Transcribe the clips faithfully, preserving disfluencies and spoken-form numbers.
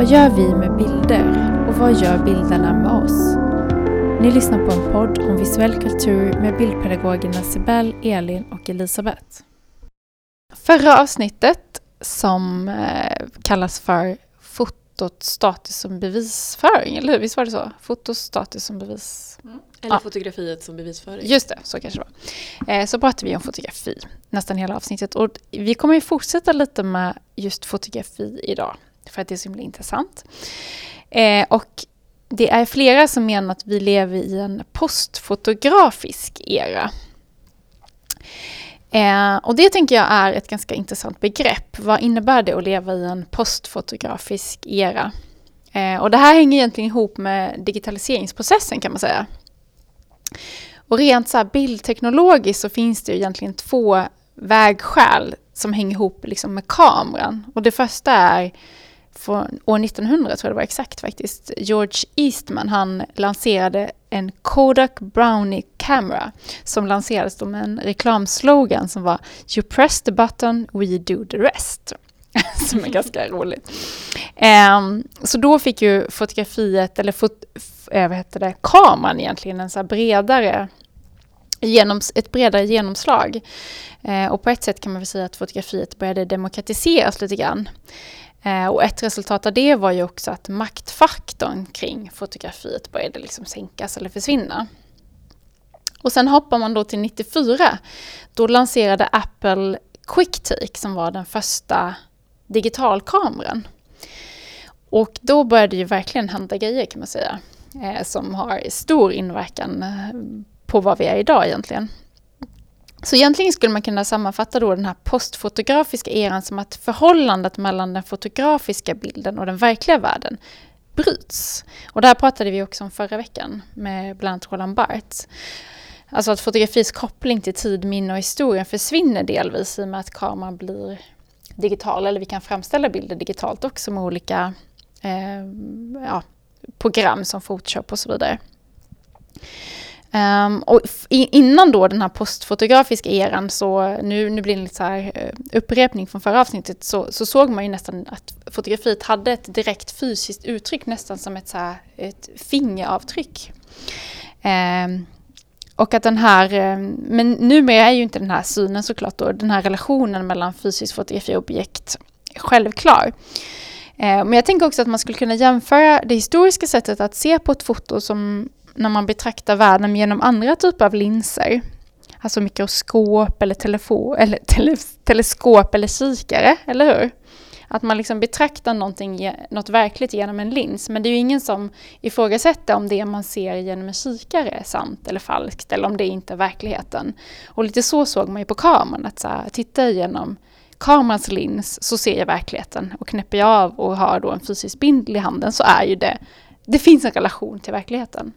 Vad gör vi med bilder och vad gör bilderna med oss? Ni lyssnar på en podd om visuell kultur med bildpedagogerna Sibel, Elin och Elisabeth. Förra avsnittet som eh, kallas för fotot status som bevisföring, eller hur? Visst var det så? Fotostatus som bevis... Mm. Eller ja. Fotografiet som bevisföring. Just det, så kanske det var. Eh, så pratar vi om fotografi nästan hela avsnittet. Och vi kommer ju fortsätta lite med just fotografi idag. För att det är så himla intressant. Eh, och det är flera som menar att vi lever i en postfotografisk era. Eh, och det tänker jag är ett ganska intressant begrepp. Vad innebär det att leva i en postfotografisk era? Eh, och det här hänger egentligen ihop med digitaliseringsprocessen kan man säga. Och rent så här bildteknologiskt så finns det ju egentligen två vägskäl som hänger ihop liksom med kameran. Och det första är från år nittonhundra, tror jag det var exakt faktiskt. George Eastman, han lanserade en Kodak Brownie Camera som lanserades då med en reklamslogan som var "You press the button, we do the rest." Som är ganska roligt. Um, så då fick ju fotografiet, eller fot, f, äh, vad heter det, kameran egentligen en så här bredare genoms, ett bredare genomslag. Uh, och på ett sätt kan man väl säga att fotografiet började demokratiseras lite grann. Uh, och ett resultat av det var ju också att maktfaktorn kring fotografiet började liksom sänkas eller försvinna. Och sen hoppar man då till nittiofyra. Då lanserade Apple QuickTake som var den första digitalkameran. Och då började ju verkligen hända grejer kan man säga. Eh, som har stor inverkan eh, på vad vi är idag egentligen. Så egentligen skulle man kunna sammanfatta då den här postfotografiska eran som att förhållandet mellan den fotografiska bilden och den verkliga världen bryts. Och det här pratade vi också om förra veckan med bland annat Roland Barthes. Alltså att fotografis koppling till tid, minne och historia försvinner delvis i och med att kameran blir digital. Eller vi kan framställa bilder digitalt också med olika eh, ja, program som Photoshop och så vidare. Um, och innan då den här postfotografiska eran, så nu, nu blir det lite så här upprepning från förra avsnittet, så, så såg man ju nästan att fotografiet hade ett direkt fysiskt uttryck, nästan som ett, så här, ett fingeravtryck. Um, och att den här, men numera är ju inte den här synen såklart då, den här relationen mellan fysisk fotografi och objekt självklar. Men jag tänker också att man skulle kunna jämföra det historiska sättet att se på ett foto som när man betraktar världen genom andra typer av linser. Alltså mikroskop eller, telefon, eller tele, teleskop eller kikare, eller hur? Att man liksom betraktar någonting, något verkligt genom en lins. Men det är ju ingen som ifrågasätter om det man ser genom en kikare är sant eller falskt. Eller om det inte är verkligheten. Och lite så såg man ju på kameran. Att så här, titta genom kamerans lins så ser jag verkligheten. Och knäpper jag av och har då en fysisk spindel i handen så är ju det, det finns en relation till verkligheten.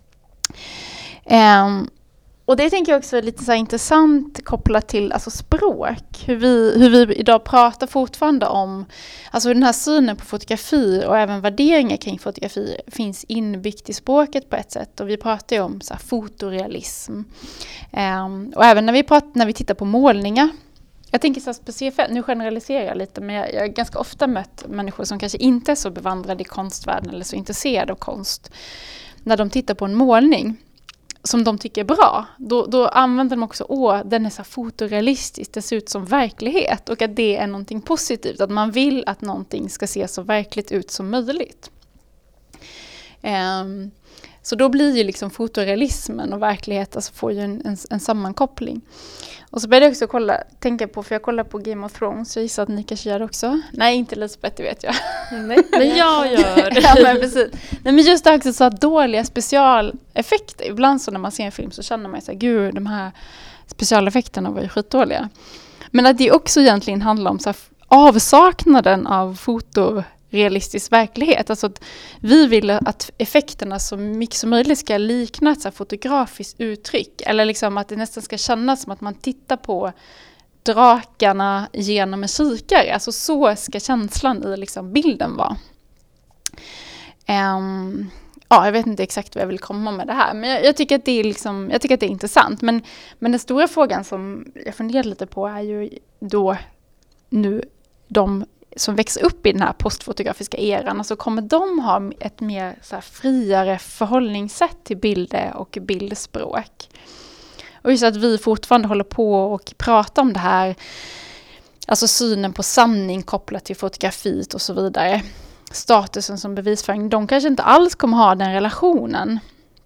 Um, och det tänker jag också är lite så här intressant kopplat till alltså språk. Hur vi, hur vi idag pratar fortfarande om, alltså den här synen på fotografi och även värderingar kring fotografi finns inbyggt i språket på ett sätt. Och vi pratar ju om så här fotorealism. Um, och även när vi, pratar, när vi tittar på målningar. Jag tänker så här specifikt, nu generaliserar jag lite, men jag, jag har ganska ofta mött människor som kanske inte är så bevandrade i konstvärlden eller så intresserade av konst. När de tittar på en målning som de tycker är bra, då, då använder de också, åh, den är så fotorealistisk, det ser ut som verklighet, och att det är någonting positivt, att man vill att någonting ska se så verkligt ut som möjligt. Um, så då blir ju liksom fotorealismen och verklighet, alltså får ju en, en, en sammankoppling. Och så började jag också kolla, tänka på, för jag kollar på Game of Thrones, så jag gissar att ni kanske gör det också. Nej, inte Elisabeth, det vet jag. Nej, men jag gör. Ja, men precis. Nej, men just det också så att dåliga specialeffekter. Ibland så när man ser en film så känner man sig så här, gud, de här specialeffekterna var ju skitdåliga. Men att det också egentligen handlar om så här, avsaknaden av fotorealistisk verklighet. Alltså att vi vill att effekterna så mycket som möjligt ska likna ett så här fotografiskt uttryck. Eller liksom att det nästan ska kännas som att man tittar på drakarna genom en kikare. Alltså så ska känslan i liksom bilden vara. Um, ja, jag vet inte exakt vad jag vill komma med det här. Men jag, jag, tycker, att det är liksom, jag tycker att det är intressant. Men, men den stora frågan som jag funderar lite på är ju då nu de som växer upp i den här postfotografiska eran, alltså kommer de ha ett mer så här friare förhållningssätt till bilder och bildspråk. Och just att vi fortfarande håller på och pratar om det här, alltså synen på sanning kopplat till fotografiet och så vidare. Statusen som bevisföring, de kanske inte alls kommer ha den relationen.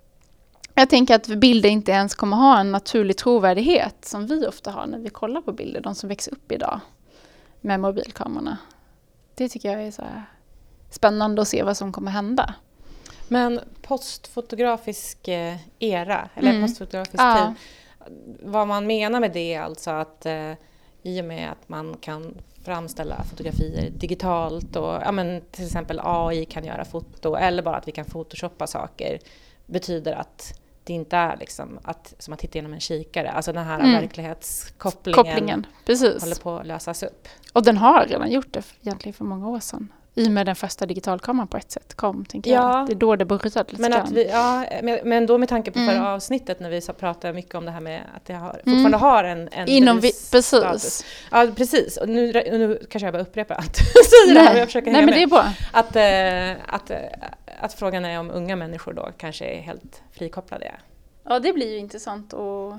Jag tänker att bilder inte ens kommer ha en naturlig trovärdighet som vi ofta har när vi kollar på bilder, de som växer upp idag med mobilkamerorna. Det tycker jag är så här spännande att se vad som kommer hända. Men postfotografisk era, eller mm. postfotografisk ja. tid, vad man menar med det är alltså att eh, i och med att man kan framställa fotografier digitalt och ja, men till exempel A I kan göra foto eller bara att vi kan photoshoppa saker betyder att det inte är liksom att, som att titta genom en kikare. Alltså den här mm. verklighetskopplingen Kopplingen. Precis. håller på att lösas upp. Och den har redan gjort det egentligen för många år sedan. I och med den första digitalkameran på ett sätt kom, tänker ja, jag. Det är då det började lite men, att vi, ja, men då med tanke på mm. förra avsnittet när vi så pratade mycket om det här med att det har, fortfarande mm. har en, en Inom vi, precis. Ja, precis. Och nu, nu kanske jag bara upprepar allt. Säger det här, jag försöker hänga Nej, men det är bra. Att, äh, att, äh, att frågan är om unga människor då kanske är helt frikopplade. Ja, det blir ju intressant att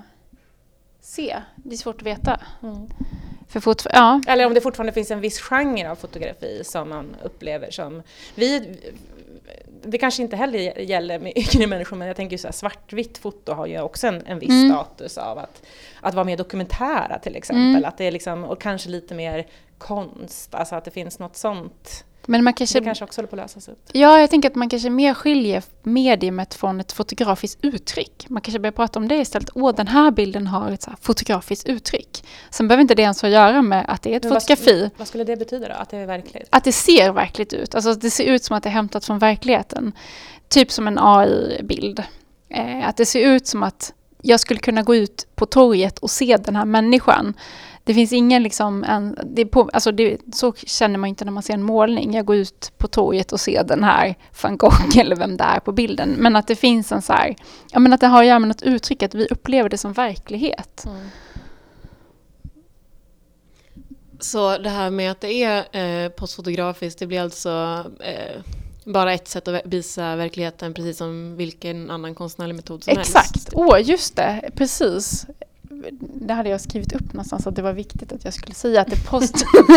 se. Det är svårt att veta. Mm. För fort, ja. Eller om det fortfarande finns en viss genre av fotografi som man upplever som... Vi, det kanske inte heller gäller med yngre människor, men jag tänker så här, svartvitt foto har ju också en, en viss mm. status av att, att vara mer dokumentära till exempel. Mm. Att det är liksom, och kanske lite mer konst, alltså att det finns något sånt... Men man kanske, det kanske också håller på att lösas upp. Ja, jag tänker att man kanske mer skiljer mediumet från ett fotografiskt uttryck. Man kanske börjar prata om det istället. Åh, den här bilden har ett så här fotografiskt uttryck. Sen behöver inte det ens ha att göra med att det är ett Men fotografi. Vad, vad skulle det betyda då? Att det är verkligt? Att det ser verkligt ut. Alltså det ser ut som att det är hämtat från verkligheten. Typ som en A I-bild. Eh, att det ser ut som att jag skulle kunna gå ut på torget och se den här människan. Det finns ingen liksom, en, det är på, alltså det, så känner man inte när man ser en målning. Jag går ut på torget och ser den här van Gogh eller vem det är på bilden. Men att det finns en så här, ja men att det har att göra med något uttryck, att vi upplever det som verklighet. Mm. Så det här med att det är eh, postfotografiskt, det blir alltså eh, bara ett sätt att visa verkligheten precis som vilken annan konstnärlig metod som Exakt. helst. Exakt, åh just det, precis. Det hade jag skrivit upp någonstans att det var viktigt att jag skulle säga att det post...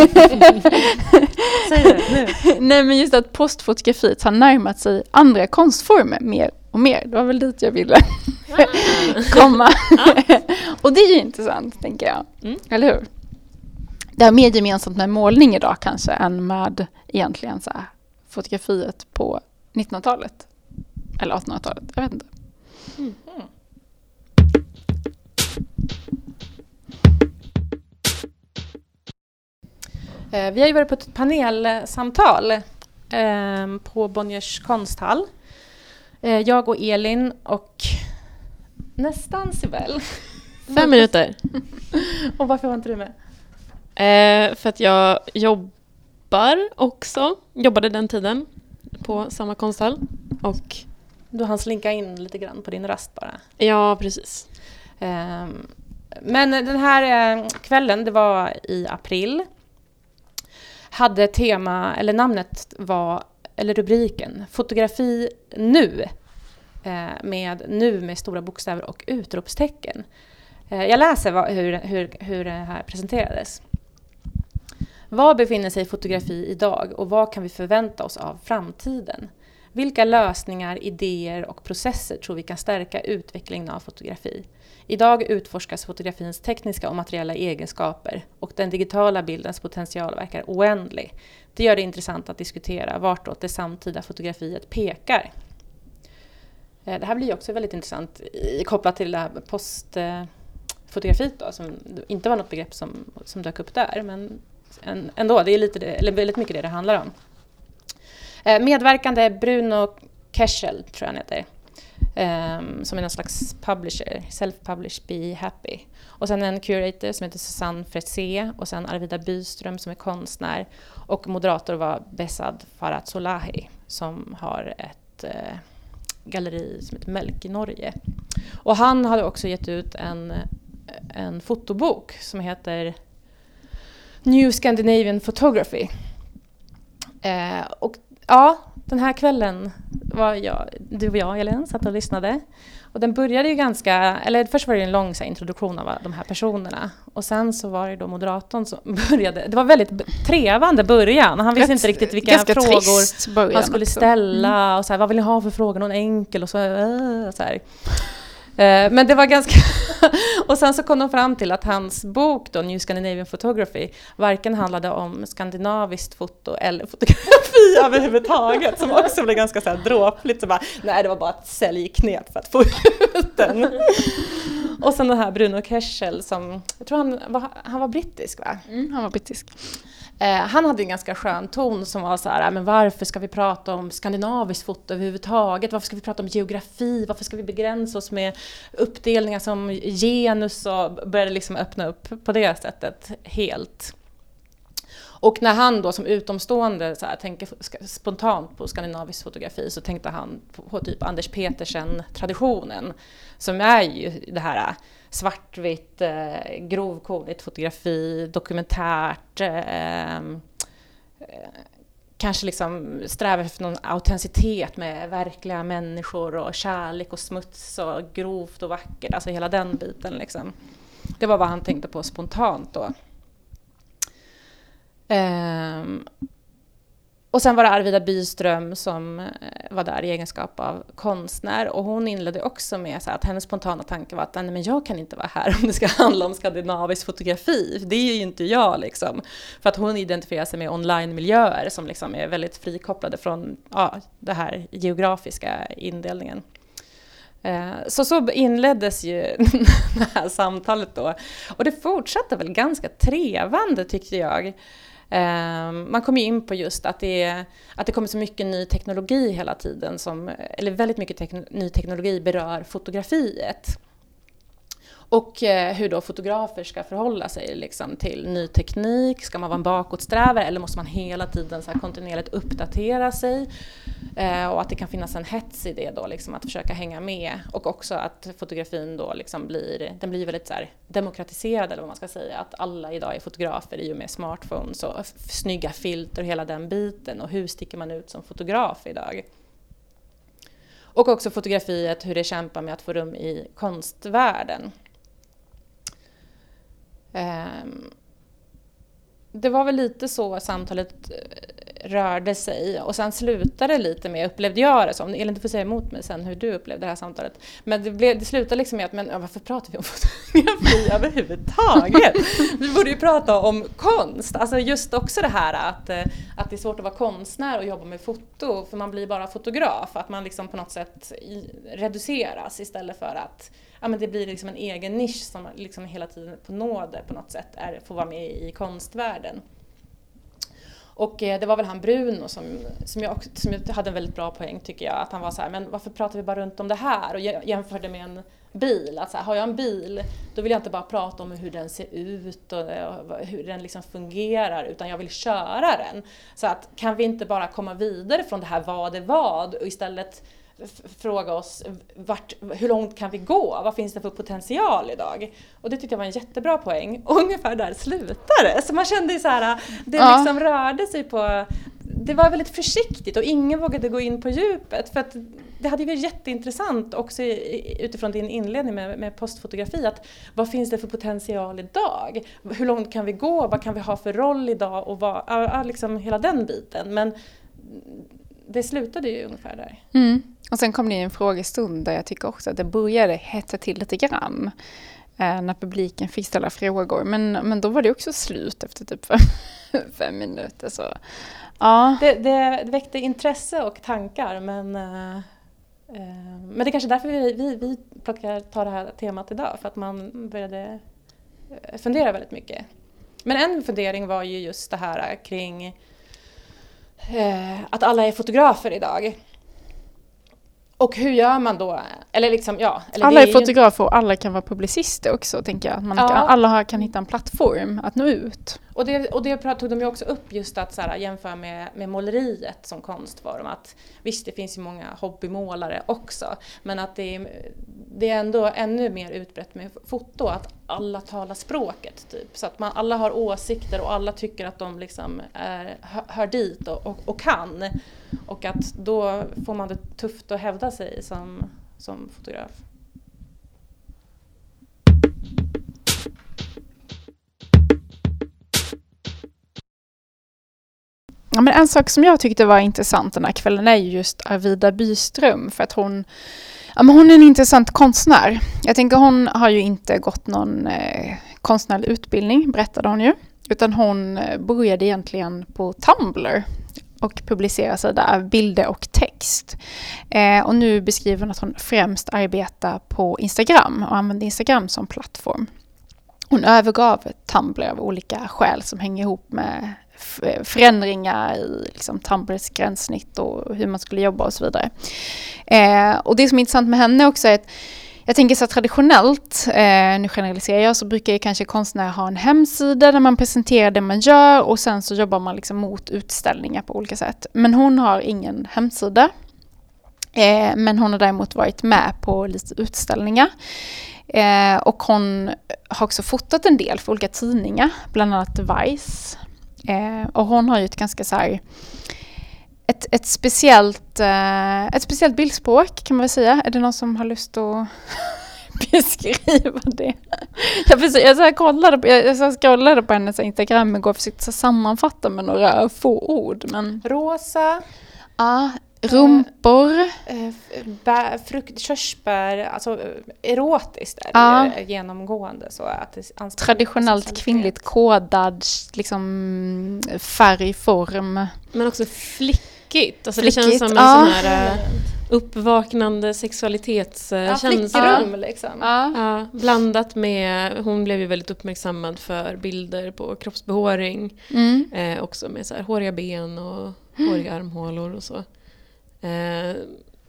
Säg det nu. Nej, men just att postfotografiet har närmat sig andra konstformer mer och mer. Det var väl dit jag ville komma. Och det är ju intressant, tänker jag. Mm. Eller hur? Det är mer gemensamt med målning idag kanske än med egentligen så här fotografiet på nittonhundratalet. Eller artonhundratalet, jag vet inte. Mm. Mm. Vi har ju varit på ett panelsamtal eh, på Bonniers konsthall. Eh, jag och Elin och nästan Sibel. Fem minuter. Och varför var inte du med? Eh, för att jag jobbar också. Jobbade den tiden på samma konsthall. Och du hann slinka in lite grann på din rast bara. Ja, precis. Eh, men den här eh, kvällen, det var i april. Hade tema, eller namnet var, eller rubriken, fotografi nu. Eh, med nu med stora bokstäver och utropstecken. Eh, jag läser vad, hur, hur, hur det här presenterades. Var befinner sig fotografi idag och vad kan vi förvänta oss av framtiden? Vilka lösningar, idéer och processer tror vi kan stärka utvecklingen av fotografi? Idag utforskas fotografins tekniska och materiella egenskaper och den digitala bildens potential verkar oändlig. Det gör det intressant att diskutera vartåt det samtida fotografiet pekar. Det här blir också väldigt intressant kopplat till det här postfotografiet då, som inte var något begrepp som, som dök upp där, men ändå, det är lite det, eller väldigt mycket det det handlar om. Medverkande Bruno Keschel, tror jag han heter. Um, som är någon slags publisher, self-published Be Happy. Och sen en curator som heter Susanne Fretzé och sen Arvida Byström som är konstnär. Och moderator var Besad Farhat Solahi som har ett uh, galleri som heter Melk i Norge. Och han hade också gett ut en, en fotobok som heter New Scandinavian Photography. Eh, och ja, den här kvällen var jag, du och jag, Elin, satt och lyssnade. Och den började ju ganska, eller först var det en lång så här, introduktion av de här personerna. Och sen så var det då moderatorn som började, det var väldigt trevande början. Han visste Rätt, inte riktigt vilka frågor han skulle ställa. Mm. Och så här, vad vill ni ha för frågor? Någon enkel och så, äh, och så här. Men det var ganska... och sen så kom de fram till att hans bok då, New Scandinavian Photography, varken handlade om skandinaviskt foto eller fotografi överhuvudtaget, som också blev ganska så här dråpligt. Så bara, nej, det var bara ett säljknep för att få ut den. Och sen den här Bruno Keschel som, jag tror han var, han var brittisk, va? Mm, han var brittisk. Eh, han hade en ganska skön ton som var så här, men varför ska vi prata om skandinaviskt foto överhuvudtaget? Varför ska vi prata om geografi? Varför ska vi begränsa oss med uppdelningar som genus, och började liksom öppna upp på det sättet helt. Och när han då som utomstående så här, tänker spontant på skandinavisk fotografi, så tänkte han på, på typ Anders Petersen-traditionen, som är ju det här svartvitt, eh, grovkornigt fotografi, dokumentärt, eh, eh, kanske liksom sträva efter någon autenticitet med verkliga människor och kärlek och smuts och grovt och vackert, alltså hela den biten liksom. Det var vad han tänkte på spontant då. Um, och sen var det Arvida Byström som var där i egenskap av konstnär, och hon inledde också med så att hennes spontana tanke var att nej, men jag kan inte vara här om det ska handla om skandinavisk fotografi, det är ju inte jag liksom, för att hon identifierar sig med online-miljöer som liksom är väldigt frikopplade från ja, det här geografiska indelningen. Så så inleddes ju det här samtalet då, och det fortsatte väl ganska trevande tyckte jag. Man kom ju in på just att det, är, att det kommer så mycket ny teknologi hela tiden, som, eller väldigt mycket tekn- ny teknologi berör fotografiet. Och hur då fotografer ska förhålla sig liksom till ny teknik. Ska man vara en bakåtsträvare eller måste man hela tiden så här kontinuerligt uppdatera sig? Eh, och att det kan finnas en hets i det då, liksom, att försöka hänga med. Och också att fotografin då liksom blir, den blir väldigt så här demokratiserad, eller vad man ska säga. Att alla idag är fotografer i och med smartphones och f- snygga filter och hela den biten. Och hur sticker man ut som fotograf idag? Och också fotografiet, hur det kämpar med att få rum i konstvärlden. Um, det var väl lite så samtalet rörde sig, och sen slutade det lite med, upplevde jag det som, Elin, du får säga emot mig sen hur du upplevde det här samtalet, men det, blev, det slutade liksom med att, men ja, varför pratar vi om fotografi överhuvudtaget? Vi borde ju prata om konst, alltså just också det här att, att det är svårt att vara konstnär och jobba med foto, för man blir bara fotograf, att man liksom på något sätt reduceras istället för att ja, men det blir liksom en egen nisch som liksom hela tiden på nåder på något sätt är, får vara med i konstvärlden. Och eh, det var väl han Bruno som, som, jag också, som jag hade en väldigt bra poäng tycker jag. Att han var så här, men varför pratar vi bara runt om det här? Och jag jämförde med en bil. Att så här, har jag en bil, då vill jag inte bara prata om hur den ser ut och, och hur den liksom fungerar, utan jag vill köra den. Så att kan vi inte bara komma vidare från det här vad är vad och istället f- fråga oss vart, hur långt kan vi gå? Vad finns det för potential idag? Och det tyckte jag var en jättebra poäng. Och ungefär där slutade. Så man kände ju så här, det ja. liksom rörde sig på, det var väldigt försiktigt och ingen vågade gå in på djupet. För att det hade ju varit jätteintressant också utifrån din inledning med, med postfotografi. Att vad finns det för potential idag? Hur långt kan vi gå? Vad kan vi ha för roll idag? Och vad, ja, liksom hela den biten. Men det slutade ju ungefär där. Mm. Och sen kom det en frågestund där jag tycker också att det började hetsa till lite grann. Eh, när publiken fick ställa frågor. Men, men då var det också slut efter typ fem, fem minuter. Så. Ja. Det, det, det väckte intresse och tankar. Men, eh, eh, men det är kanske därför vi, vi, vi plockar, tar det här temat idag. För att man började fundera väldigt mycket. Men en fundering var ju just det här kring eh, att alla är fotografer idag. Och hur gör man då? Eller liksom, ja, eller alla det är, är fotografer och alla kan vara publicister också, tänker jag. Att man ja. kan, alla kan hitta en plattform att nå ut. Och det, och det tog de ju också upp just att så här, jämföra med, med måleriet som konstform. Att, visst, det finns ju många hobbymålare också. Men att det är, det är ändå ännu mer utbrett med foto. Att alla talar språket typ. Så att man, alla har åsikter och alla tycker att de liksom är, hör dit och, och, och kan. Och att då får man det tufft att hävda sig som, som fotograf. Ja, men en sak som jag tyckte var intressant den här kvällen är just Arvida Byström, för att hon, ja, men hon är en intressant konstnär. Jag tänker hon har ju inte gått någon eh, konstnärlig utbildning, berättade hon ju, utan hon började egentligen på Tumblr och publicerar sig där, bilder och text. Eh, och nu beskriver hon att hon främst arbetar på Instagram och använder Instagram som plattform. Hon övergav Tumblr av olika skäl som hänger ihop med förändringar i liksom Tumblrs gränssnitt och hur man skulle jobba och så vidare. Eh, och det som är intressant med henne också är att jag tänker så att traditionellt, eh, nu generaliserar jag, så brukar ju kanske konstnärer ha en hemsida där man presenterar det man gör och sen så jobbar man liksom mot utställningar på olika sätt. Men hon har ingen hemsida. Eh, men hon har däremot varit med på lite utställningar. Eh, och hon har också fotat en del för olika tidningar, bland annat Vice. Eh, och hon har ju ett ganska så här, ett, ett, speciellt, eh, ett speciellt bildspråk kan man väl säga. Är det någon som har lust att beskriva det? Jag, precis, jag, så här kollade på, jag, jag så scrollade på hennes Instagram igår och försökte så sammanfatta med några få ord. Men... Rosa. Ja, rumpor. Eh, bär, frukt, körsbär, alltså erotiskt är det ja. genomgående. Så att det traditionellt kvinnligt kodad liksom, färgform. Men också flickigt. Alltså flickigt, det känns som en ja. sån här uh, uppvaknande sexualitetskänsla. Ja, flickrum liksom. Ja. Ja, blandat med, hon blev ju väldigt uppmärksammad för bilder på kroppsbehåring. Mm. Eh, också med så här håriga ben och håriga armhålor och så. Eh,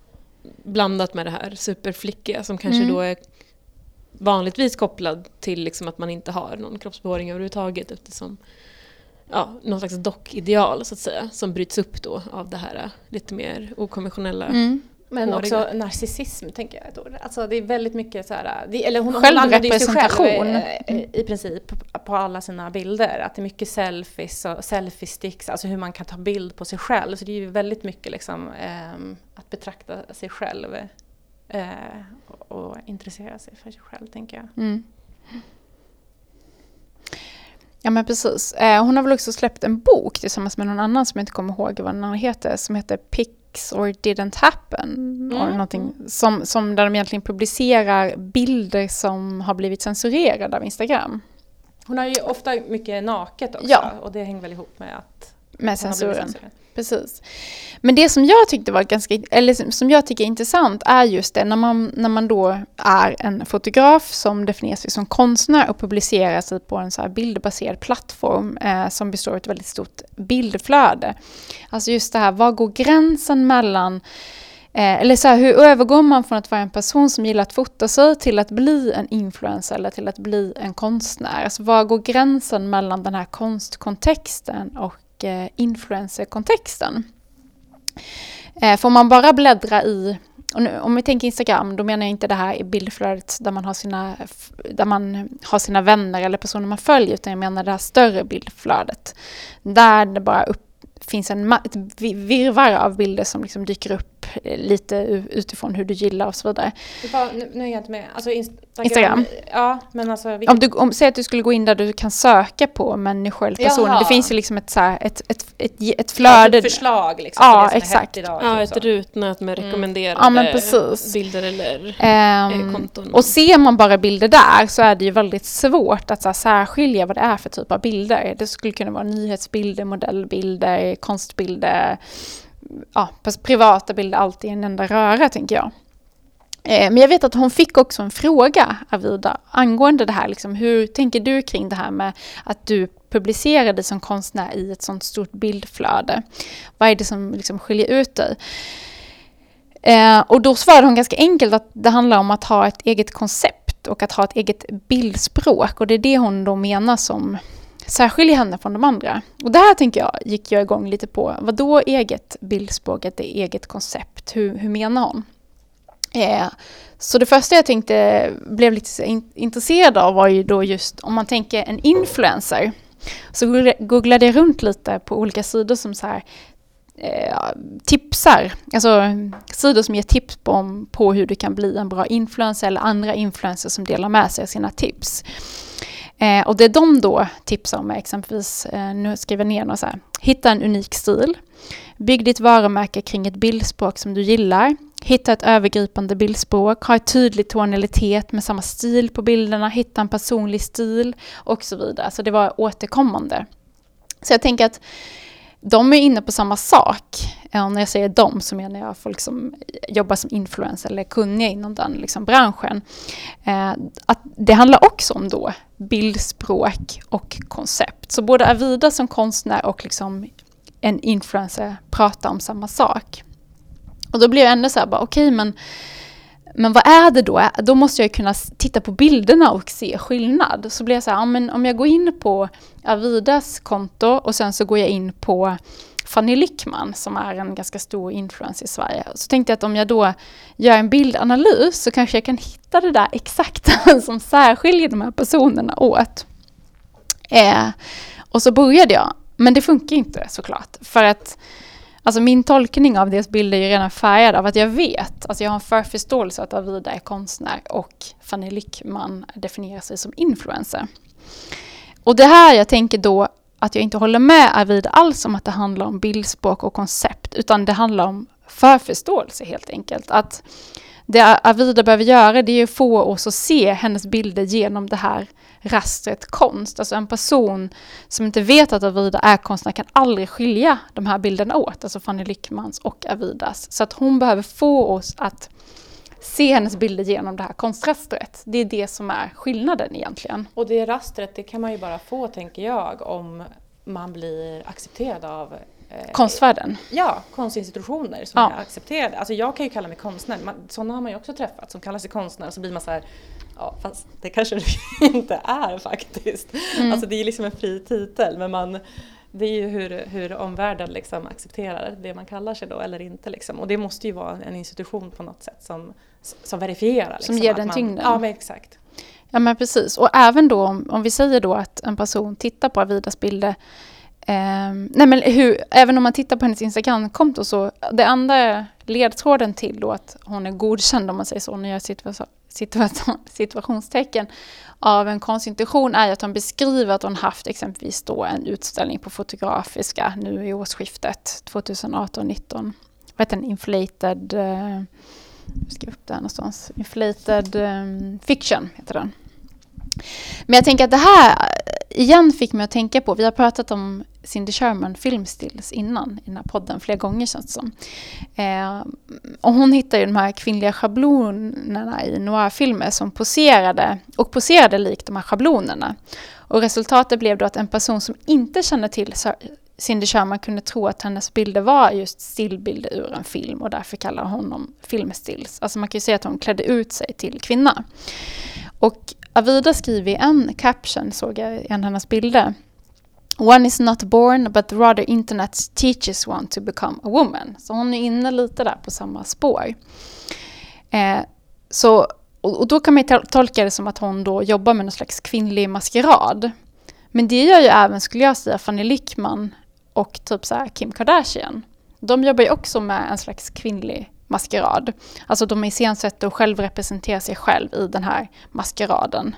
blandat med det här superflickiga som kanske mm. då är vanligtvis kopplad till liksom att man inte har någon kroppsbehåring överhuvudtaget eftersom ja, någon slags dockideal så att säga som bryts upp då av det här lite mer okonventionella mm. Men håriga. också narcissism tänker jag. Alltså det är väldigt mycket så här, det, eller hon, självrepresentation hon använder ju sig själv i, i princip på alla sina bilder. Att det är mycket selfies och selfie sticks, alltså hur man kan ta bild på sig själv. Så det är ju väldigt mycket liksom eh, att betrakta sig själv eh, och, och intressera sig för sig själv tänker jag. Mm. Ja men precis. Eh, hon har väl också släppt en bok tillsammans med någon annan som jag inte kommer ihåg vad den heter, som heter Pics or Didn't Happen. Mm. Or någonting, som, som där de egentligen publicerar bilder som har blivit censurerade av Instagram. Hon har ju ofta mycket naket också ja. Och det hänger väl ihop med att med censuren. Precis. Men det som jag tyckte var ganska, eller som jag tycker är intressant är just det när man, när man då är en fotograf som definierar sig som konstnär och publicerar sig på en så här bildbaserad plattform eh, som består av ett väldigt stort bildflöde. Alltså just det här, vad går gränsen mellan eh, eller så här, hur övergår man från att vara en person som gillar att fota sig till att bli en influencer eller till att bli en konstnär? Alltså vad går gränsen mellan den här konstkontexten och influencer-kontexten. Eh, får man bara bläddra i, och nu, om vi tänker Instagram, då menar jag inte det här i bildflödet där man har sina, där man har sina vänner eller personer man följer, utan jag menar det här större bildflödet. Där det bara upp, finns en ett virrvarr av bilder som liksom dyker upp lite utifrån hur du gillar och så vidare. Var, nu, nu är jag inte med. Alltså Instagram. Instagram. Ja, men alltså... Om du om, säg att du skulle gå in där du kan söka på människor eller personer. Jaha. Det finns ju liksom ett, så här, ett, ett, ett, ett flöde. Ja, ett förslag liksom. Ja, exakt. Idag, ja, typ ett rutnät med rekommenderade mm. ja, men precis. bilder eller um, konton. Och ser man bara bilder där så är det ju väldigt svårt att så här, särskilja vad det är för typ av bilder. Det skulle kunna vara nyhetsbilder, modellbilder, konstbilder, ja, privata bilder, allt i en enda röra tänker jag. Eh, men jag vet att hon fick också en fråga, Arvida, angående det här. Liksom, hur tänker du kring det här med att du publicerar dig som konstnär i ett sånt stort bildflöde? Vad är det som liksom skiljer ut dig? Eh, och då svarade hon ganska enkelt att det handlar om att ha ett eget koncept och att ha ett eget bildspråk. Och det är det hon då menar som särskiljer henne från de andra. Och det här tänker jag, gick jag igång lite på. Vad då eget bildspråk, ett eget koncept? Hur, hur menar hon? Eh, så det första jag tänkte, blev lite så in- intresserad av var ju då just om man tänker en influencer. Så googlade jag runt lite på olika sidor som så här eh, tipsar, alltså sidor som ger tips på, om, på hur du kan bli en bra influencer eller andra influencers som delar med sig av sina tips. Eh, och det de då tipsar om är exempelvis, eh, nu skriver jag ner något så här, hitta en unik stil, bygg ditt varumärke kring ett bildspråk som du gillar, hitta ett övergripande bildspråk, ha ett tydligt tonalitet med samma stil på bilderna, hitta en personlig stil och så vidare. Så det var återkommande. Så jag tänker att de är inne på samma sak. Ja, när jag säger de så menar jag folk som jobbar som influencer eller kunniga inom den liksom, branschen. Eh, att det handlar också om då bildspråk och koncept. Så både Avida som konstnär och liksom en influencer pratar om samma sak. Och då blir jag ändå så här, bara, okej, men, men vad är det då? Då måste jag kunna titta på bilderna och se skillnad. Så blir jag så här, ja, men om jag går in på Avidas konto och sen så går jag in på Fanny Lyckman som är en ganska stor influencer i Sverige. Så tänkte jag att om jag då gör en bildanalys så kanske jag kan hitta det där exakta som särskiljer de här personerna åt. Eh, och så började jag, men det funkar inte såklart. För att alltså min tolkning av deras bilder är ju redan färgad av att jag vet, alltså jag har en förförståelse att Avida är konstnär och Fanny Lyckman definierar sig som influencer. Och det här jag tänker då att jag inte håller med Avida alls om att det handlar om bildspråk och koncept, utan det handlar om förförståelse helt enkelt. Att det Avida behöver göra, det är att få oss att se hennes bilder genom det här rastret konst. Alltså en person som inte vet att Avida är konstnär kan aldrig skilja de här bilderna åt, alltså Fanny Lyckmans och Avidas. Så att hon behöver få oss att se hennes bilder genom det här konstrastret. Det är det som är skillnaden egentligen. Och det rastret, det kan man ju bara få, tänker jag, om man blir accepterad av eh, Konstvärlden. Ja, konstinstitutioner som Ja. är accepterade. Alltså jag kan ju kalla mig konstnär. Man, sådana har man ju också träffat som kallar sig konstnär. Så blir man så här, ja fast det kanske det inte är faktiskt. Mm. Alltså det är liksom en fri titel. Men man, det är ju hur, hur omvärlden liksom accepterar det man kallar sig då eller inte. Liksom. Och det måste ju vara en institution på något sätt som, som verifierar. Liksom, som ger att den man, tyngden. Ja, men exakt. Ja men precis. Och även då om, om vi säger då att en person tittar på Avidas bilder. Eh, nej men hur, även om man tittar på hennes Instagram-konto så det andra ledtråden till då att hon är godkänd om man säger så, när jag situa- situa- situationstecken av en konstinstitution är att hon beskriver att hon haft exempelvis då en utställning på Fotografiska nu i årsskiftet tjugoarton nitton. Vad heter den? Inflated... Eh, jag ska upp där någonstans. Inflated um, Fiction heter den. Men jag tänker att det här igen fick mig att tänka på, vi har pratat om Cindy Sherman filmstills innan i den här podden flera gånger känns det som. Eh, och hon hittade ju de här kvinnliga schablonerna i noirfilmer som poserade och poserade likt de här schablonerna. Och resultatet blev då att en person som inte känner till Cindy Sherman kunde tro att hennes bilder var just stillbilder ur en film och därför kallar honom filmstills. Alltså man kan ju säga att hon klädde ut sig till kvinna. Och Avida skriver i en caption, såg jag i en av hennes bilder. One is not born but rather internet teaches one to become a woman. Så hon är inne lite där på samma spår. Eh, så, och, och då kan man ju tolka det som att hon då jobbar med någon slags kvinnlig maskerad. Men det gör ju även, skulle jag säga, Fanny Lyckman och typ så här Kim Kardashian. De jobbar ju också med en slags kvinnlig maskerad. Alltså de iscensätter och själv representerar sig själv i den här maskeraden.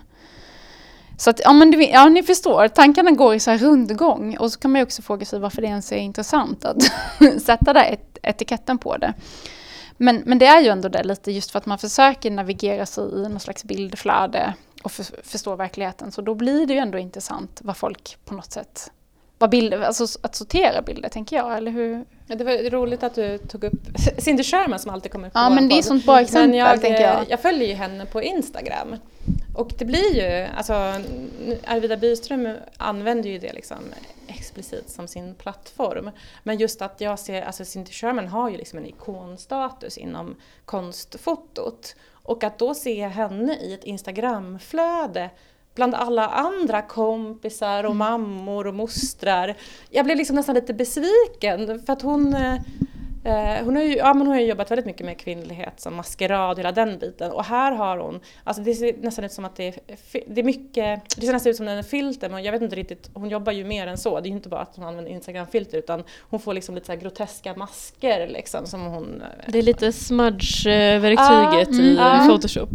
Så att, ja men ja, ni förstår, tankarna går i så här rundgång. Och så kan man ju också fråga sig varför det ens är intressant att sätta där et- etiketten på det. Men, men det är ju ändå det lite just för att man försöker navigera sig i någon slags bildflöde och för, förstå verkligheten. Så då blir det ju ändå intressant vad folk på något sätt, vad bilder, alltså att sortera bilder tänker jag, eller hur? Ja, det var roligt att du tog upp Cindy Sherman som alltid kommer upp på Ja, men det är sånt bra exempel, men jag, tänker jag. Jag följer ju henne på Instagram. Och det blir ju, alltså Arvida Byström använder ju det liksom explicit som sin plattform. Men just att jag ser, alltså Cindy Sherman har ju liksom en ikonstatus inom konstfotot. Och att då se henne i ett Instagramflöde bland alla andra kompisar och mammor och mostrar. Jag blev liksom nästan lite besviken för att hon, Eh, hon, har ju, ja, men hon har ju jobbat väldigt mycket med kvinnlighet som maskerad, hela den biten. Och här har hon, alltså det ser nästan ut som att det är, det är mycket, det ser nästan ut som en filter, men jag vet inte riktigt, hon jobbar ju mer än så. Det är ju inte bara att hon använder Instagram-filter, utan hon får liksom lite så här groteska masker liksom som hon... Det är lite smudge-verktyget ah, i ah. Photoshop.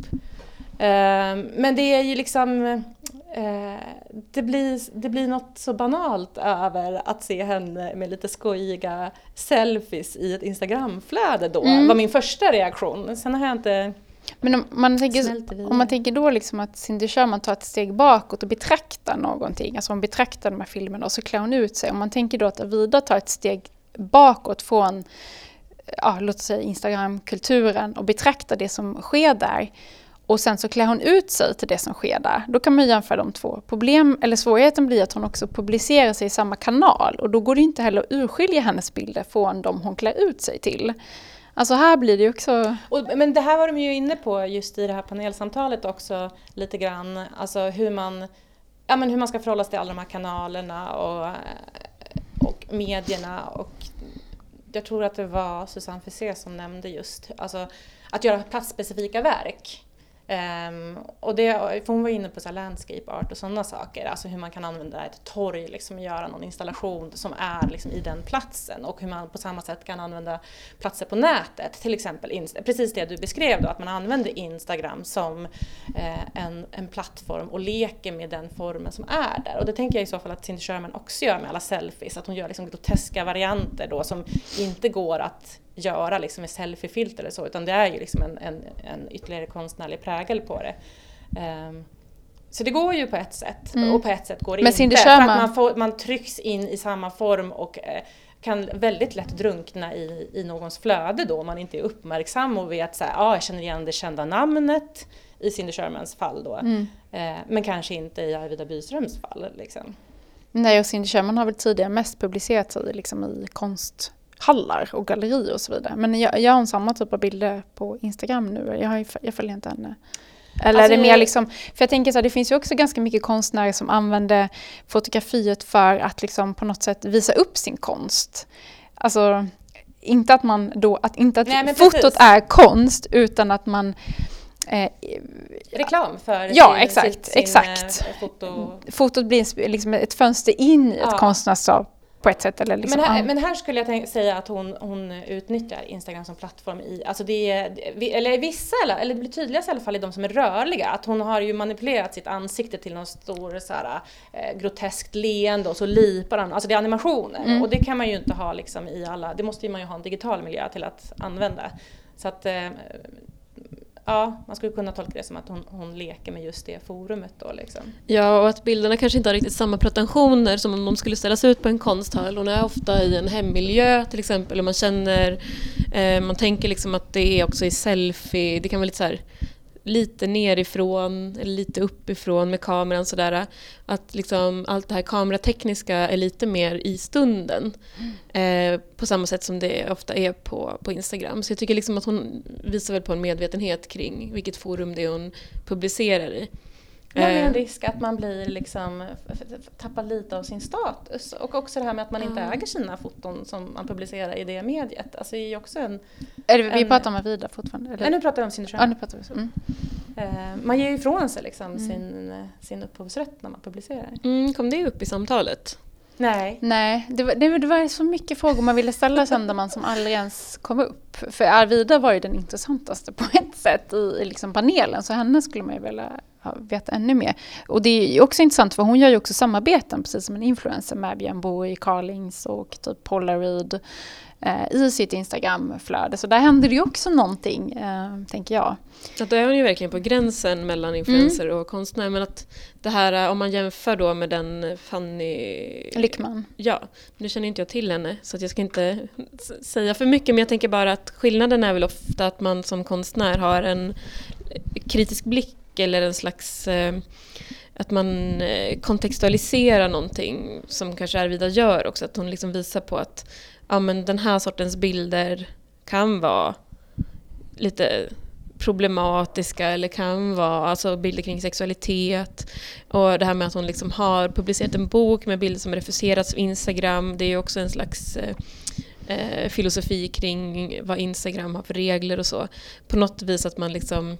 Eh, men det är ju liksom... Eh, det, blir, det blir något så banalt över att se henne med lite skojiga selfies i ett Instagramflöde då. Mm. var min första reaktion. Sen har jag inte... Men om man tänker, om man tänker då liksom att Cindy Sherman tar ett steg bakåt och betraktar någonting. Alltså hon betraktar de här filmerna och så klär hon ut sig. Om man tänker då att Arvida tar ett steg bakåt från ja, låt säga Instagram-kulturen och betraktar det som sker där. Och sen så klär hon ut sig till det som sker där. Då kan man jämföra de två. Problem, eller svårigheten blir att hon också publicerar sig i samma kanal. Och då går det inte heller att urskilja hennes bilder från de hon klär ut sig till. Alltså här blir det ju också... Och, men det här var de ju inne på just i det här panelsamtalet också lite grann. Alltså hur man, ja, men hur man ska förhålla sig till alla de här kanalerna och, och medierna. Och jag tror att det var Susanne Fessé som nämnde just alltså, att göra platsspecifika verk. Um, och det, för hon var inne på så här landscape art och sådana saker, alltså hur man kan använda ett torg liksom, och göra någon installation som är liksom, i den platsen, och hur man på samma sätt kan använda platser på nätet, till exempel Insta- precis det du beskrev då, att man använder Instagram som eh, en, en plattform och leker med den formen som är där. Och det tänker jag i så fall att Cindy Sherman också gör med alla selfies, att hon gör liksom groteska varianter då som inte går att göra liksom med selfiefilter eller så, utan det är ju liksom en, en, en ytterligare konstnärlig prägel på det. Um, så det går ju på ett sätt, mm. och på ett sätt går det men inte. För att man, får, man trycks in i samma form och eh, kan väldigt lätt drunkna i, i någons flöde då, om man inte är uppmärksam och vet så här, ah, jag känner igen det kända namnet i Cindy Shermans fall då, mm. eh, men kanske inte i Arvida Byströms fall. Liksom. Nej, och Cindy Sherman har väl tidigare mest publicerat sig liksom, i konst hallar och gallerier och så vidare. Men jag, jag har samma typ av bilder på Instagram nu. Jag, har, jag följer inte henne. Eller alltså, är det mer liksom... För jag tänker så här, det finns ju också ganska mycket konstnärer som använder fotografiet för att liksom på något sätt visa upp sin konst. Alltså, inte att man då... Att, inte att Nej, fotot precis. är konst, utan att man... Eh, reklam för ja, sin, exakt, sin, exakt. Sin, foto. Fotot blir liksom ett fönster in i ett ja. konstnärskap. På ett sätt, eller liksom, men, här, men här skulle jag tänka, säga att hon, hon utnyttjar Instagram som plattform i, alltså det är, eller vissa, eller det blir tydligast i alla fall i de som är rörliga, att hon har ju manipulerat sitt ansikte till någon stor så här, eh, groteskt leende och så lipar han, alltså det är animationer mm. och det kan man ju inte ha liksom i alla, det måste man ju ha en digital miljö till att använda, så att eh, ja, man skulle kunna tolka det som att hon, hon leker med just det forumet då liksom. Ja, och att bilderna kanske inte har riktigt samma pretensioner som om de skulle ställas ut på en konsthall. Hon är ofta i en hemmiljö till exempel, och man känner, eh, man tänker liksom att det är också i selfie, det kan vara lite så här lite nerifrån eller lite uppifrån med kameran sådär, att liksom allt det här kameratekniska är lite mer i stunden mm. eh, på samma sätt som det ofta är på, på Instagram. Så jag tycker liksom att hon visar väl på en medvetenhet kring vilket forum det är hon publicerar i. Men det är en risk att man blir liksom, tappar lite av sin status. Och också det här med att man inte mm. äger sina foton som man publicerar i det mediet. Alltså det är ju också en... Är det, vi en, pratar om Arvida fortfarande? Eller? Nej, nu pratar vi om Cindy Sherman. Ja, nu pratar vi om. Mm. Man ger ju ifrån sig liksom mm. sin, sin upphovsrätt när man publicerar. Mm, kom det upp i samtalet? Nej. Nej, det var, det, det var så mycket frågor man ville ställa sen där man som aldrig ens kom upp. För Arvida var ju den intressantaste på ett sätt i, i liksom panelen, så henne skulle man ju vilja ja, veta ännu mer. Och det är ju också intressant för hon gör ju också samarbeten precis som en influencer med Björn Borg, Carlings och typ Polaroid eh, i sitt Instagram-flöde. Så där händer det ju också någonting, eh, tänker jag. Att då är hon ju verkligen på gränsen mellan influencer mm. och konstnär, men att det här, om man jämför då med den Fanny Lyckman. Ja, nu känner inte jag till henne så att jag ska inte säga för mycket, men jag tänker bara att skillnaden är väl ofta att man som konstnär har en kritisk blick eller en slags eh, att man eh, kontextualiserar någonting som kanske Arvida gör också, att hon liksom visar på att ja, men den här sortens bilder kan vara lite problematiska eller kan vara alltså bilder kring sexualitet, och det här med att hon liksom har publicerat en bok med bilder som refuserats av Instagram, det är ju också en slags eh, eh, filosofi kring vad Instagram har för regler och så. På något vis att man liksom...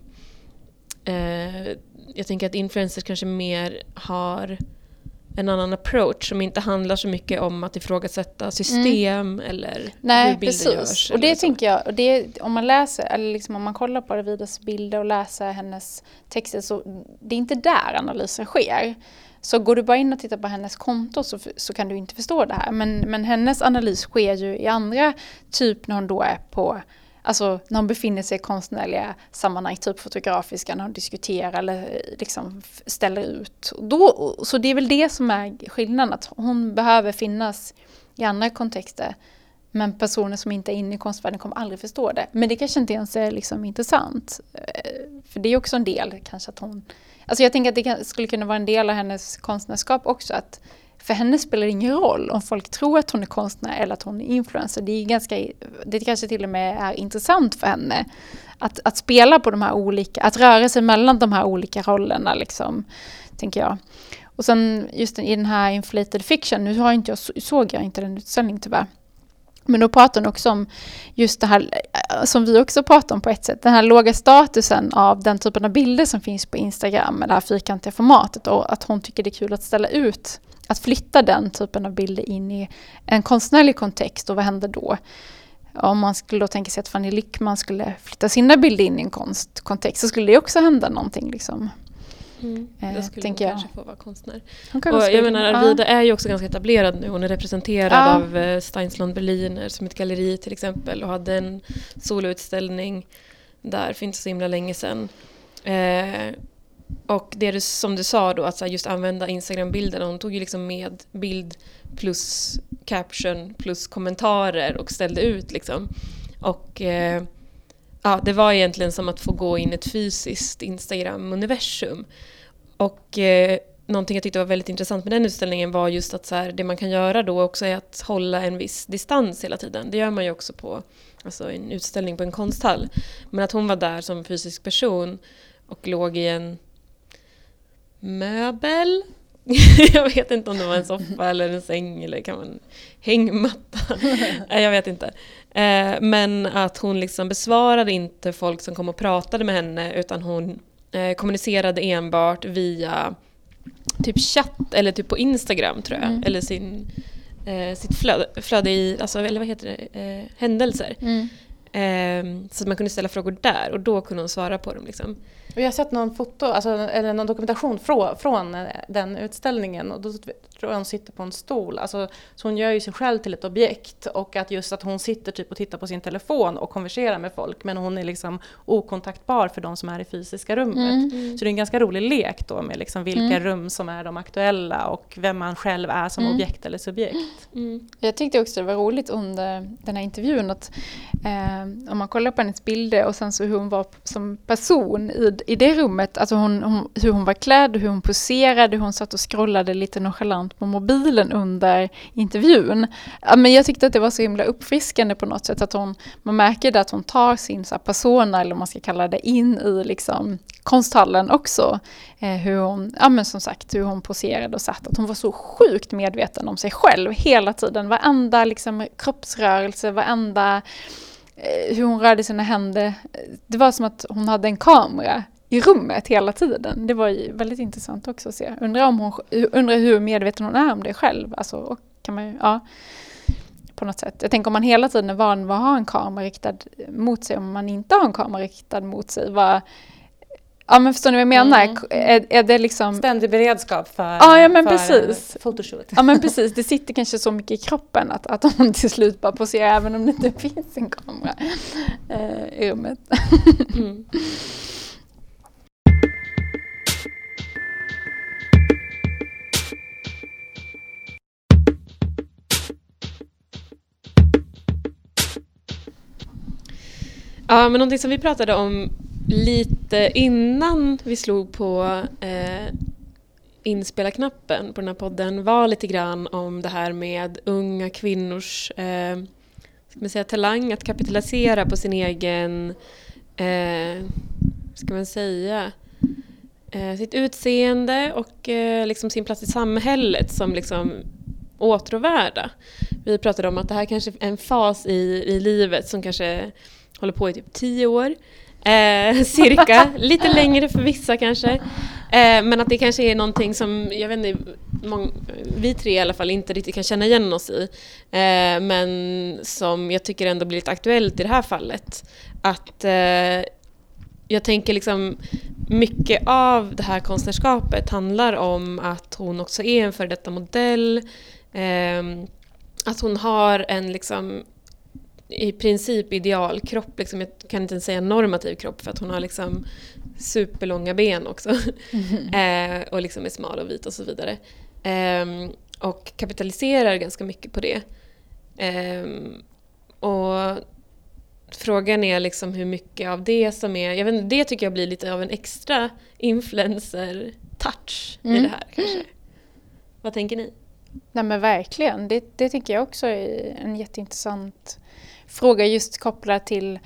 Eh, jag tänker att influencers kanske mer har en annan approach som inte handlar så mycket om att ifrågasätta system mm. eller Nej, hur bilder precis. görs. Och det så. tänker jag, och det, om man läser, eller liksom om man kollar på Arvidas bilder och läser hennes texter, så det är inte där analysen sker. Så går du bara in och tittar på hennes konto så, så kan du inte förstå det här. Men, men hennes analys sker ju i andra, typ när hon då är på... Alltså när hon befinner sig i konstnärliga sammanhang, typ fotografiska, när hon diskuterar eller liksom ställer ut. Då, så det är väl det som är skillnaden, att hon behöver finnas i andra kontexter. Men personer som inte är inne i konstvärlden kommer aldrig förstå det. Men det kanske inte ens är liksom intressant. För det är också en del kanske att hon... Alltså jag tänker att det kan, skulle kunna vara en del av hennes konstnärskap också, att för henne spelar det ingen roll om folk tror att hon är konstnär eller att hon är influencer. Det är ganska, det kanske till och med är intressant för henne att, att spela på de här olika, att röra sig mellan de här olika rollerna liksom, tänker jag. Och sen just i den här Inflated Fiction, nu har inte jag, såg jag inte den utställningen tyvärr. Men då pratar hon också om just det här som vi också pratar om på ett sätt. Den här låga statusen av den typen av bilder som finns på Instagram med det här fyrkantiga formatet. Och att hon tycker det är kul att ställa ut, att flytta den typen av bilder in i en konstnärlig kontext. Och vad händer då? Om man skulle då tänka sig att Fanny Lyckman skulle flytta sina bilder in i en konstkontext, så skulle det också hända någonting liksom. Mm. Eh, Då skulle hon jag. kanske få vara konstnär. Och jag menar, Arvida är ju också ganska etablerad nu. Hon är representerad ja. av eh, Steinsland Berliner som ett galleri till exempel. Och hade en soloutställning där för inte så himla länge sedan. Eh, och det är som du sa då, att så här, just använda Instagram-bilderna. Hon tog ju liksom med bild plus caption plus kommentarer och ställde ut liksom. Och... Eh, Ja, det var egentligen som att få gå in i ett fysiskt Instagram-universum. Och eh, någonting jag tyckte var väldigt intressant med den utställningen var just att så här, det man kan göra då också är att hålla en viss distans hela tiden. Det gör man ju också på alltså en utställning på en konsthall. Men att hon var där som fysisk person och låg i en möbel. Jag vet inte om det var en soffa eller en säng eller kan man hängmatta. Jag vet inte. Eh, men att hon liksom besvarade inte folk som kom och pratade med henne, utan hon eh, kommunicerade enbart via typ chatt eller typ på Instagram tror jag. Mm. Eller sin, eh, sitt flöde, flöde i, alltså, eller vad heter det, eh, händelser. Mm. Eh, så att man kunde ställa frågor där och då kunde hon svara på dem liksom. Och jag har sett någon foto, alltså, eller någon dokumentation från, från den utställningen, och då tror jag hon sitter på en stol. Alltså, så hon gör ju sig själv till ett objekt, och att just att hon sitter typ och tittar på sin telefon och konverserar med folk, men hon är liksom okontaktbar för de som är i fysiska rummet. Mm. Mm. Så det är en ganska rolig lek då med liksom vilka mm. rum som är de aktuella och vem man själv är som mm. objekt eller subjekt. Mm. Jag tyckte också det var roligt under den här intervjun att eh, om man kollar på hennes bilder och sen så hur hon var som person i i det rummet, alltså hon, hon, hur hon var klädd, hur hon poserade, hur hon satt och scrollade lite nonchalant på mobilen under intervjun. Ja, men jag tyckte att det var så himla uppfriskande på något sätt, att hon, man märker att hon tar sin så här persona, eller man ska kalla det, in i liksom konsthallen också. Eh, hur hon, ja men som sagt, hur hon poserade och satt, att hon var så sjukt medveten om sig själv hela tiden. Varenda liksom kroppsrörelse, varenda eh, hur hon rörde sina händer. Det var som att hon hade en kamera i rummet hela tiden. Det var ju väldigt intressant också att se. Undrar, om hon, undrar hur medveten hon är om det själv. Alltså, och kan man ju, ja, på något sätt. Jag tänker om man hela tiden är van vid att ha en kamera riktad mot sig, om man inte har en kamera riktad mot sig, vad... Ja, men förstår ni vad jag menar? Mm. Är, är det liksom... Ständig beredskap för, ja, ja, men för precis. photoshoot. Ja, men precis. Det sitter kanske så mycket i kroppen att, att hon till slut bara poserar även om det inte finns en kamera eh, i rummet. Mm. Ja, men någonting som vi pratade om lite innan vi slog på eh, inspela-knappen på den här podden var lite grann om det här med unga kvinnors eh, ska man säga, talang att kapitalisera på sin egen eh, ska man säga eh, sitt utseende och eh, liksom sin plats i samhället som liksom åtråvärda. Vi pratade om att det här kanske är en fas i, i livet som kanske håller på i typ tio år. Eh, cirka, lite längre för vissa kanske. Eh, men att det kanske är någonting som, jag vet inte, mång, vi tre i alla fall inte riktigt kan känna igen oss i. Eh, men som jag tycker ändå blir lite aktuellt i det här fallet. Att eh, jag tänker liksom mycket av det här konstnärskapet handlar om att hon också är en för detta modell. Eh, att hon har en liksom i princip idealkropp, liksom, jag kan inte ens säga normativ kropp för att hon har liksom superlånga ben också. Mm. eh, och liksom är smal och vit och så vidare. Eh, och kapitaliserar ganska mycket på det. Eh, och frågan är liksom hur mycket av det som är, jag vet inte, det tycker jag blir lite av en extra influencer-touch mm. i det här kanske. Vad tänker ni? Nej men verkligen, det, det tycker jag också är en jätteintressant fråga just kopplad till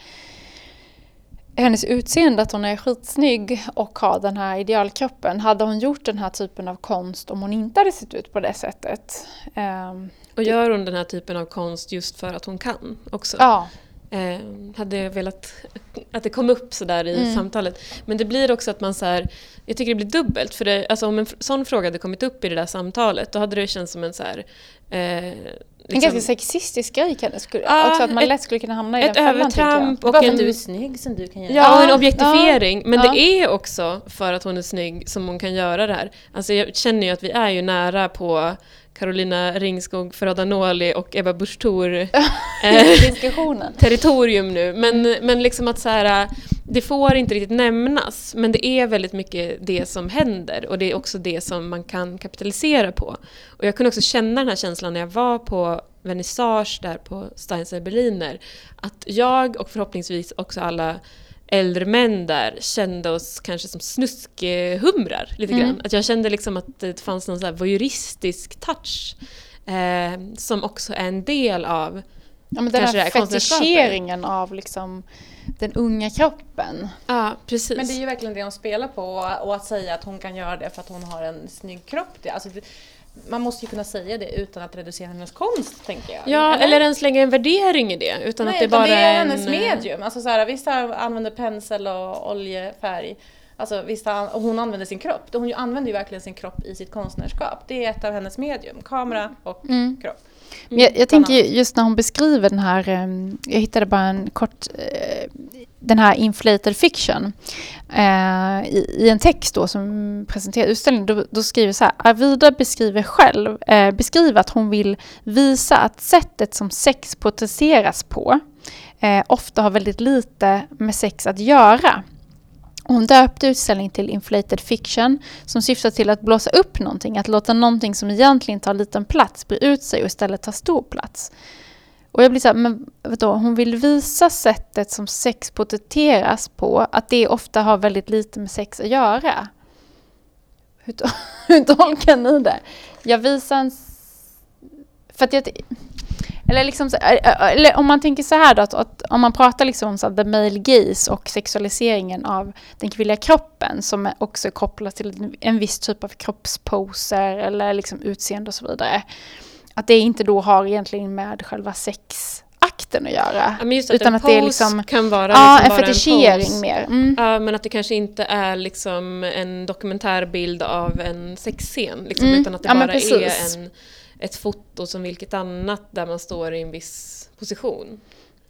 hennes utseende, att hon är skitsnygg och har den här idealkroppen. Hade hon gjort den här typen av konst om hon inte hade sett ut på det sättet? Um, och gör hon den här typen av konst just för att hon kan också? Ja. Eh, hade jag velat att det kom upp så där i mm. samtalet. Men det blir också att man så här, jag tycker det blir dubbelt. För det, alltså om en sån fråga hade kommit upp i det där samtalet, då hade det känts som en så här... Eh, Liksom, en ganska sexistisk grej kan det skulle, ja, också att man ett, lätt skulle kunna hamna i den fällan. Ett övertramp och bara en, att du är snygg som du kan göra. Ja, och en objektifiering. Ja, men ja. det är också för att hon är snygg som hon kan göra det här. Alltså jag känner ju att vi är ju nära på Carolina Ringskog, Ferhada Noli och Ebba Busch Thor eh, diskussionen. territorium nu. Men, men liksom att så här, det får inte riktigt nämnas. Men det är väldigt mycket det som händer. Och det är också det som man kan kapitalisera på. Och jag kunde också känna den här känslan när jag var på vernissage där på Steinser Berliner. Att jag och förhoppningsvis också alla äldre män där kände oss kanske som snuskhumrar lite grann. Mm. Att jag kände liksom att det fanns någon så här voyeuristisk touch eh, som också är en del av ja, men den här fetischeringen av liksom den unga kroppen. Ja, precis. Men det är ju verkligen det hon spelar på, och att säga att hon kan göra det för att hon har en snygg kropp. Det, alltså det, man måste ju kunna säga det utan att reducera hennes konst, tänker jag. Ja, eller, eller ens lägga en värdering i det. Utan Nej, att det bara det är en... hennes medium. Alltså så här, vissa använder pensel och oljefärg. Alltså vissa, och hon använder sin kropp. Hon använder ju verkligen sin kropp i sitt konstnärskap. Det är ett av hennes medium. Kamera och mm. kropp. Mm. Jag, jag tänker just när hon beskriver den här, jag hittade bara en kort, den här inflated fiction eh, i, i en text då som presenterar utställningen, då, då skriver så här: Arvida beskriver själv, eh, beskriver att hon vill visa att sättet som sex porträtteras på eh, ofta har väldigt lite med sex att göra. Hon döpte utställningen till Inflated Fiction som syftar till att blåsa upp någonting, att låta någonting som egentligen tar liten plats bre ut sig och istället ta stor plats. Och jag blir så här, men vadå, hon vill visa sättet som sex porträtteras på, att det ofta har väldigt lite med sex att göra. Hur, hur tolkar ni det? Jag visar en... För att jag... Eller, liksom, eller om man tänker så här då, att, att om man pratar liksom om så the male gaze och sexualiseringen av den kvinnliga kroppen som är också kopplat till en, en viss typ av kroppsposer eller liksom utseende och så vidare. Att det inte då har egentligen med själva sexakten att göra. Ja, men just att utan en att det är liksom kan vara ja, liksom en bara fetischering en mer. Mm. Ja, men att det kanske inte är liksom en dokumentärbild av en sexscen liksom, mm. utan att det ja, bara är en ett foto som vilket annat där man står i en viss position.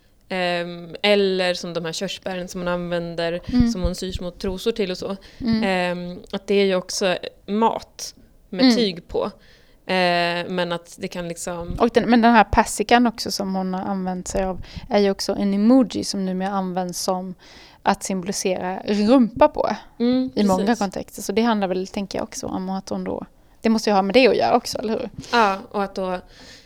Um, eller som de här körsbären som man använder mm. som hon syr små trosor till och så. Mm. Um, att det är ju också mat med mm. tyg på. Uh, men att det kan liksom... Och den, men den här persikan också som hon har använt sig av är ju också en emoji som numera används som att symbolisera rumpa på mm, i precis. Många kontexter. Så det handlar väl, tänker jag också, om att hon då... Det måste ju ha med det att göra också, eller hur? Ja, och att då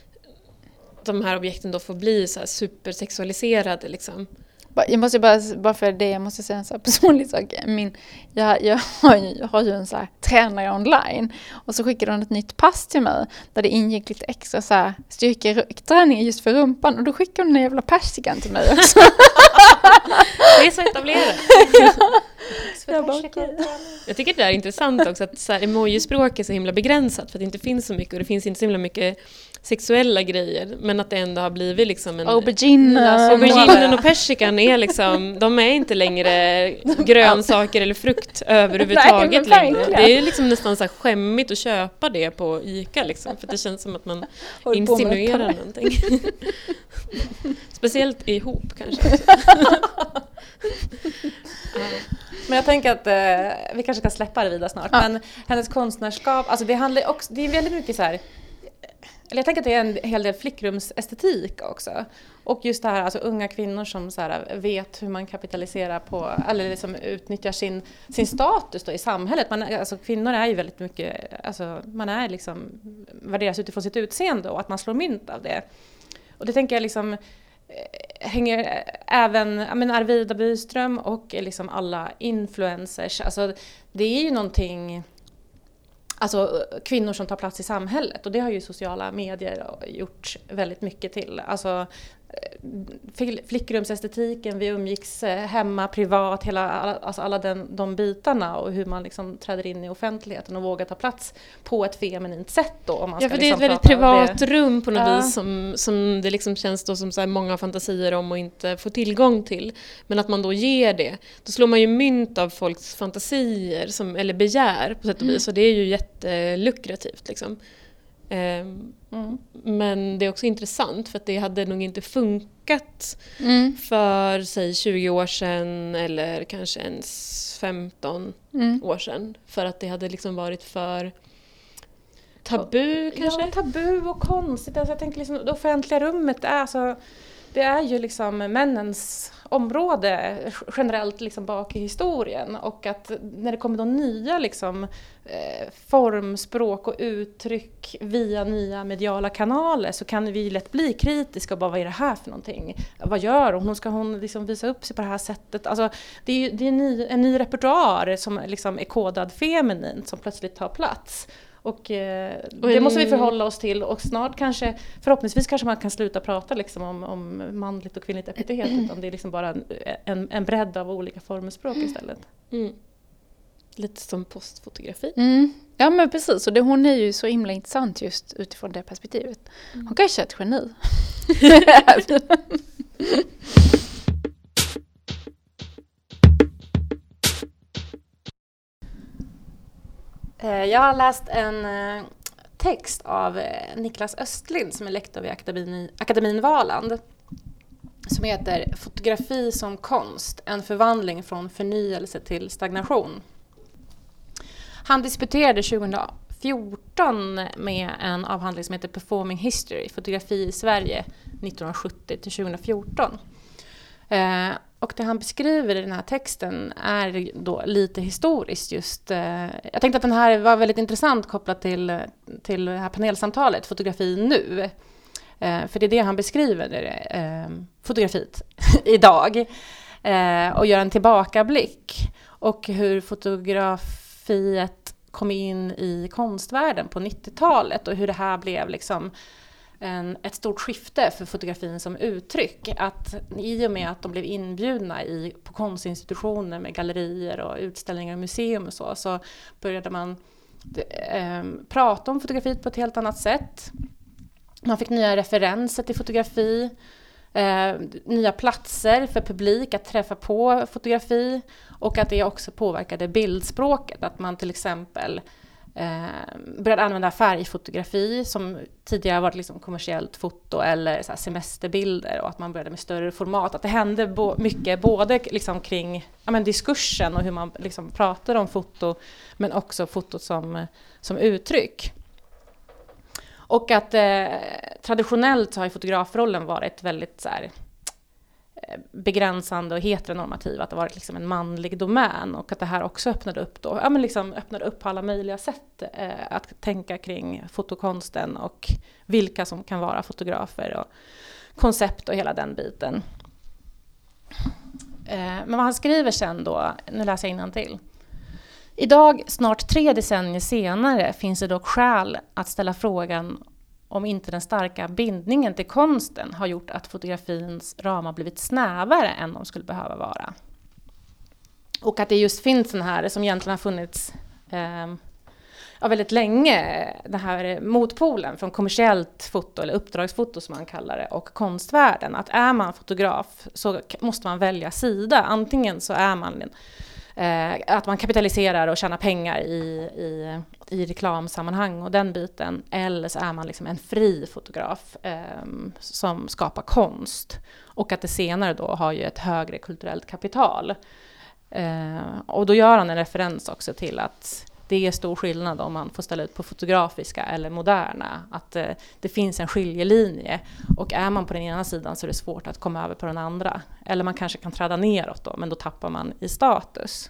de här objekten då får bli så här supersexualiserade liksom. Jag måste bara, bara för det, jag måste säga en så här personlig sak. Min, jag, jag, har ju, jag har ju en så här tränare online och så skickade hon ett nytt pass till mig där det ingick lite extra så här styrketräning just för rumpan och då skickade hon en jävla persikan till mig också. Det är så etablerat. Ja. Jag, bara, okay. jag tycker det är intressant också att så här, emojispråk är så himla begränsat för att det inte finns så mycket och det finns inte så himla mycket sexuella grejer, men att det ändå har blivit liksom en... Aubergine. Auberginen och persikan är liksom, de är inte längre grönsaker eller frukt överhuvudtaget Nej, längre. Det är liksom nästan så här skämmigt att köpa det på ICA liksom, för det känns som att man insinuerar någonting. Speciellt ihop kanske. Men jag tänker att eh, vi kanske ska släppa det vidare snart. Ja. Men hennes konstnärskap, alltså det handlar också, det är väldigt mycket så här, eller jag tänker att det är en hel del flickrumsestetik också. Och just det här, alltså unga kvinnor som så här, vet hur man kapitaliserar på, eller liksom utnyttjar sin, sin status då i samhället. Man, alltså kvinnor är ju väldigt mycket, alltså man är liksom, värderas utifrån sitt utseende och att man slår mynt av det. Och det tänker jag liksom hänger även, jag menar, Arvida Byström och liksom alla influencers. Alltså det är ju någonting, alltså kvinnor som tar plats i samhället, och det har ju sociala medier gjort väldigt mycket till. Alltså flickrumsestetiken, vi umgicks hemma, privat, hela, alltså alla den, de bitarna, och hur man liksom träder in i offentligheten och vågar ta plats på ett feminint sätt då. Om man ja, ska för liksom det är ett väldigt privat det. rum på något ja. vis som, som det liksom känns då som så här många fantasier om och inte får tillgång till. Men att man då ger det, då slår man ju mynt av folks fantasier som, eller begär på sätt och vis, och det är ju jättelukrativt liksom. Mm. Men det är också intressant för att det hade nog inte funkat mm. för säg tjugo år sedan eller kanske ens femton mm. år sedan, för att det hade liksom varit för tabu kanske? Ja, tabu och konstigt. Alltså jag tänker liksom, det offentliga rummet är, alltså, det är ju liksom männens område generellt liksom bak i historien, och att när det kommer då nya liksom, eh, form, språk och uttryck via nya mediala kanaler, så kan vi lätt bli kritiska och bara, vad är det här för någonting? Vad gör hon? Ska hon liksom visa upp sig på det här sättet? Alltså, det är ju det är en, ny, en ny repertoar som liksom är kodad feminint som plötsligt tar plats. Och eh, det måste vi förhålla oss till, och snart kanske, förhoppningsvis kanske man kan sluta prata liksom om, om manligt och kvinnligt epitet, utan det är liksom bara en, en, en bredd av olika formerspråk istället. Mm. Lite som postfotografi. Mm. Ja men precis, och det, hon är ju så himla intressant just utifrån det perspektivet. Hon kanske är ett geni. Jag har läst en text av Niklas Östlind som är lektor vid Akademin, Akademin Valand, som heter Fotografi som konst, en förvandling från förnyelse till stagnation. Han disputerade tjugohundrafjorton med en avhandling som heter Performing History, fotografi i Sverige nittonhundrasjuttio till tjugohundrafjorton. Eh, och det han beskriver i den här texten är då lite historiskt just. Eh, jag tänkte att den här var väldigt intressant kopplat till, till det här panelsamtalet, fotografi nu. Eh, för det är det han beskriver, eh, fotografiet idag. Eh, och gör en tillbakablick. Och hur fotografiet kom in i konstvärlden på nittiotalet. Och hur det här blev liksom en, ett stort skifte för fotografin som uttryck. Att i och med att de blev inbjudna i, på konstinstitutioner med gallerier och utställningar och museum och så, så började man eh, prata om fotografiet på ett helt annat sätt. Man fick nya referenser till fotografi, eh, nya platser för publik att träffa på fotografi, och att det också påverkade bildspråket. Att man till exempel eh, började använda färgfotografi som tidigare varit liksom kommersiellt foto eller så här semesterbilder, och att man började med större format. Att det hände bo- mycket både liksom kring ja, men diskursen och hur man liksom pratar om foto, men också fotot som, som uttryck. Och att eh, traditionellt så har fotografrollen varit väldigt så här, eh, begränsande och heteronormativ. Att det varit liksom en manlig domän. Och att det här också öppnade upp då. Ja, men liksom öppnade upp på alla möjliga sätt. Eh, att tänka kring fotokonsten och vilka som kan vara fotografer. Och koncept och hela den biten. Eh, men vad han skriver sen då, nu läser jag innantill. Idag, snart tre decennier senare, finns det dock skäl att ställa frågan om inte den starka bindningen till konsten har gjort att fotografins ramar blivit snävare än de skulle behöva vara. Och att det just finns den här som egentligen har funnits eh, ja, väldigt länge, den här motpolen från kommersiellt foto eller uppdragsfoto som man kallar det och konstvärlden. Att är man fotograf så måste man välja sida. Antingen så är man eh, att man kapitaliserar och tjänar pengar i, i, i reklamsammanhang och den biten. Eller så är man liksom en fri fotograf eh, som skapar konst. Och att det senare då har ju ett högre kulturellt kapital. Eh, och då gör han en referens också till att det är stor skillnad om man får ställa ut på fotografiska eller moderna. Att eh, det finns en skiljelinje. Och är man på den ena sidan så är det svårt att komma över på den andra. Eller man kanske kan träda neråt då, men då tappar man i status.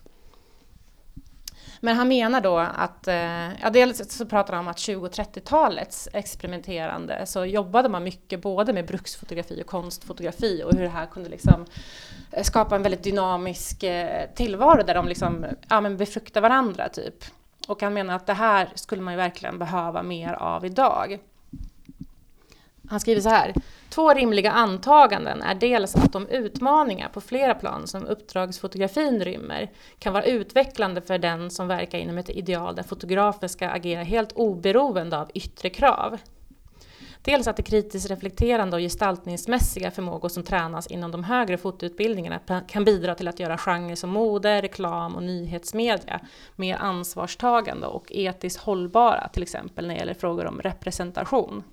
Men han menar då att, eh, ja, dels så pratar han om att tjugo- och trettiotalets experimenterande så jobbade man mycket både med bruksfotografi och konstfotografi och hur det här kunde liksom skapa en väldigt dynamisk eh, tillvaro där de liksom, ja, men befruktar varandra typ. Och han menar att det här skulle man ju verkligen behöva mer av idag. Han skriver så här: två rimliga antaganden är dels att de utmaningar på flera plan som uppdragsfotografin rymmer kan vara utvecklande för den som verkar inom ett ideal där fotografer ska agera helt oberoende av yttre krav. Dels att det kritiskt reflekterande och gestaltningsmässiga förmågor som tränas inom de högre fotoutbildningarna kan bidra till att göra genrer som mode, reklam och nyhetsmedia mer ansvarstagande och etiskt hållbara, till exempel när det gäller frågor om representation.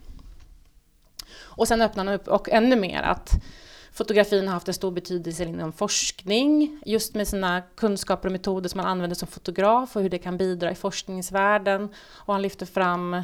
Och sen öppnar han upp och ännu mer att fotografin har haft en stor betydelse inom forskning, just med sina kunskaper och metoder som man använder som fotograf och hur det kan bidra i forskningsvärlden. Och han lyfter fram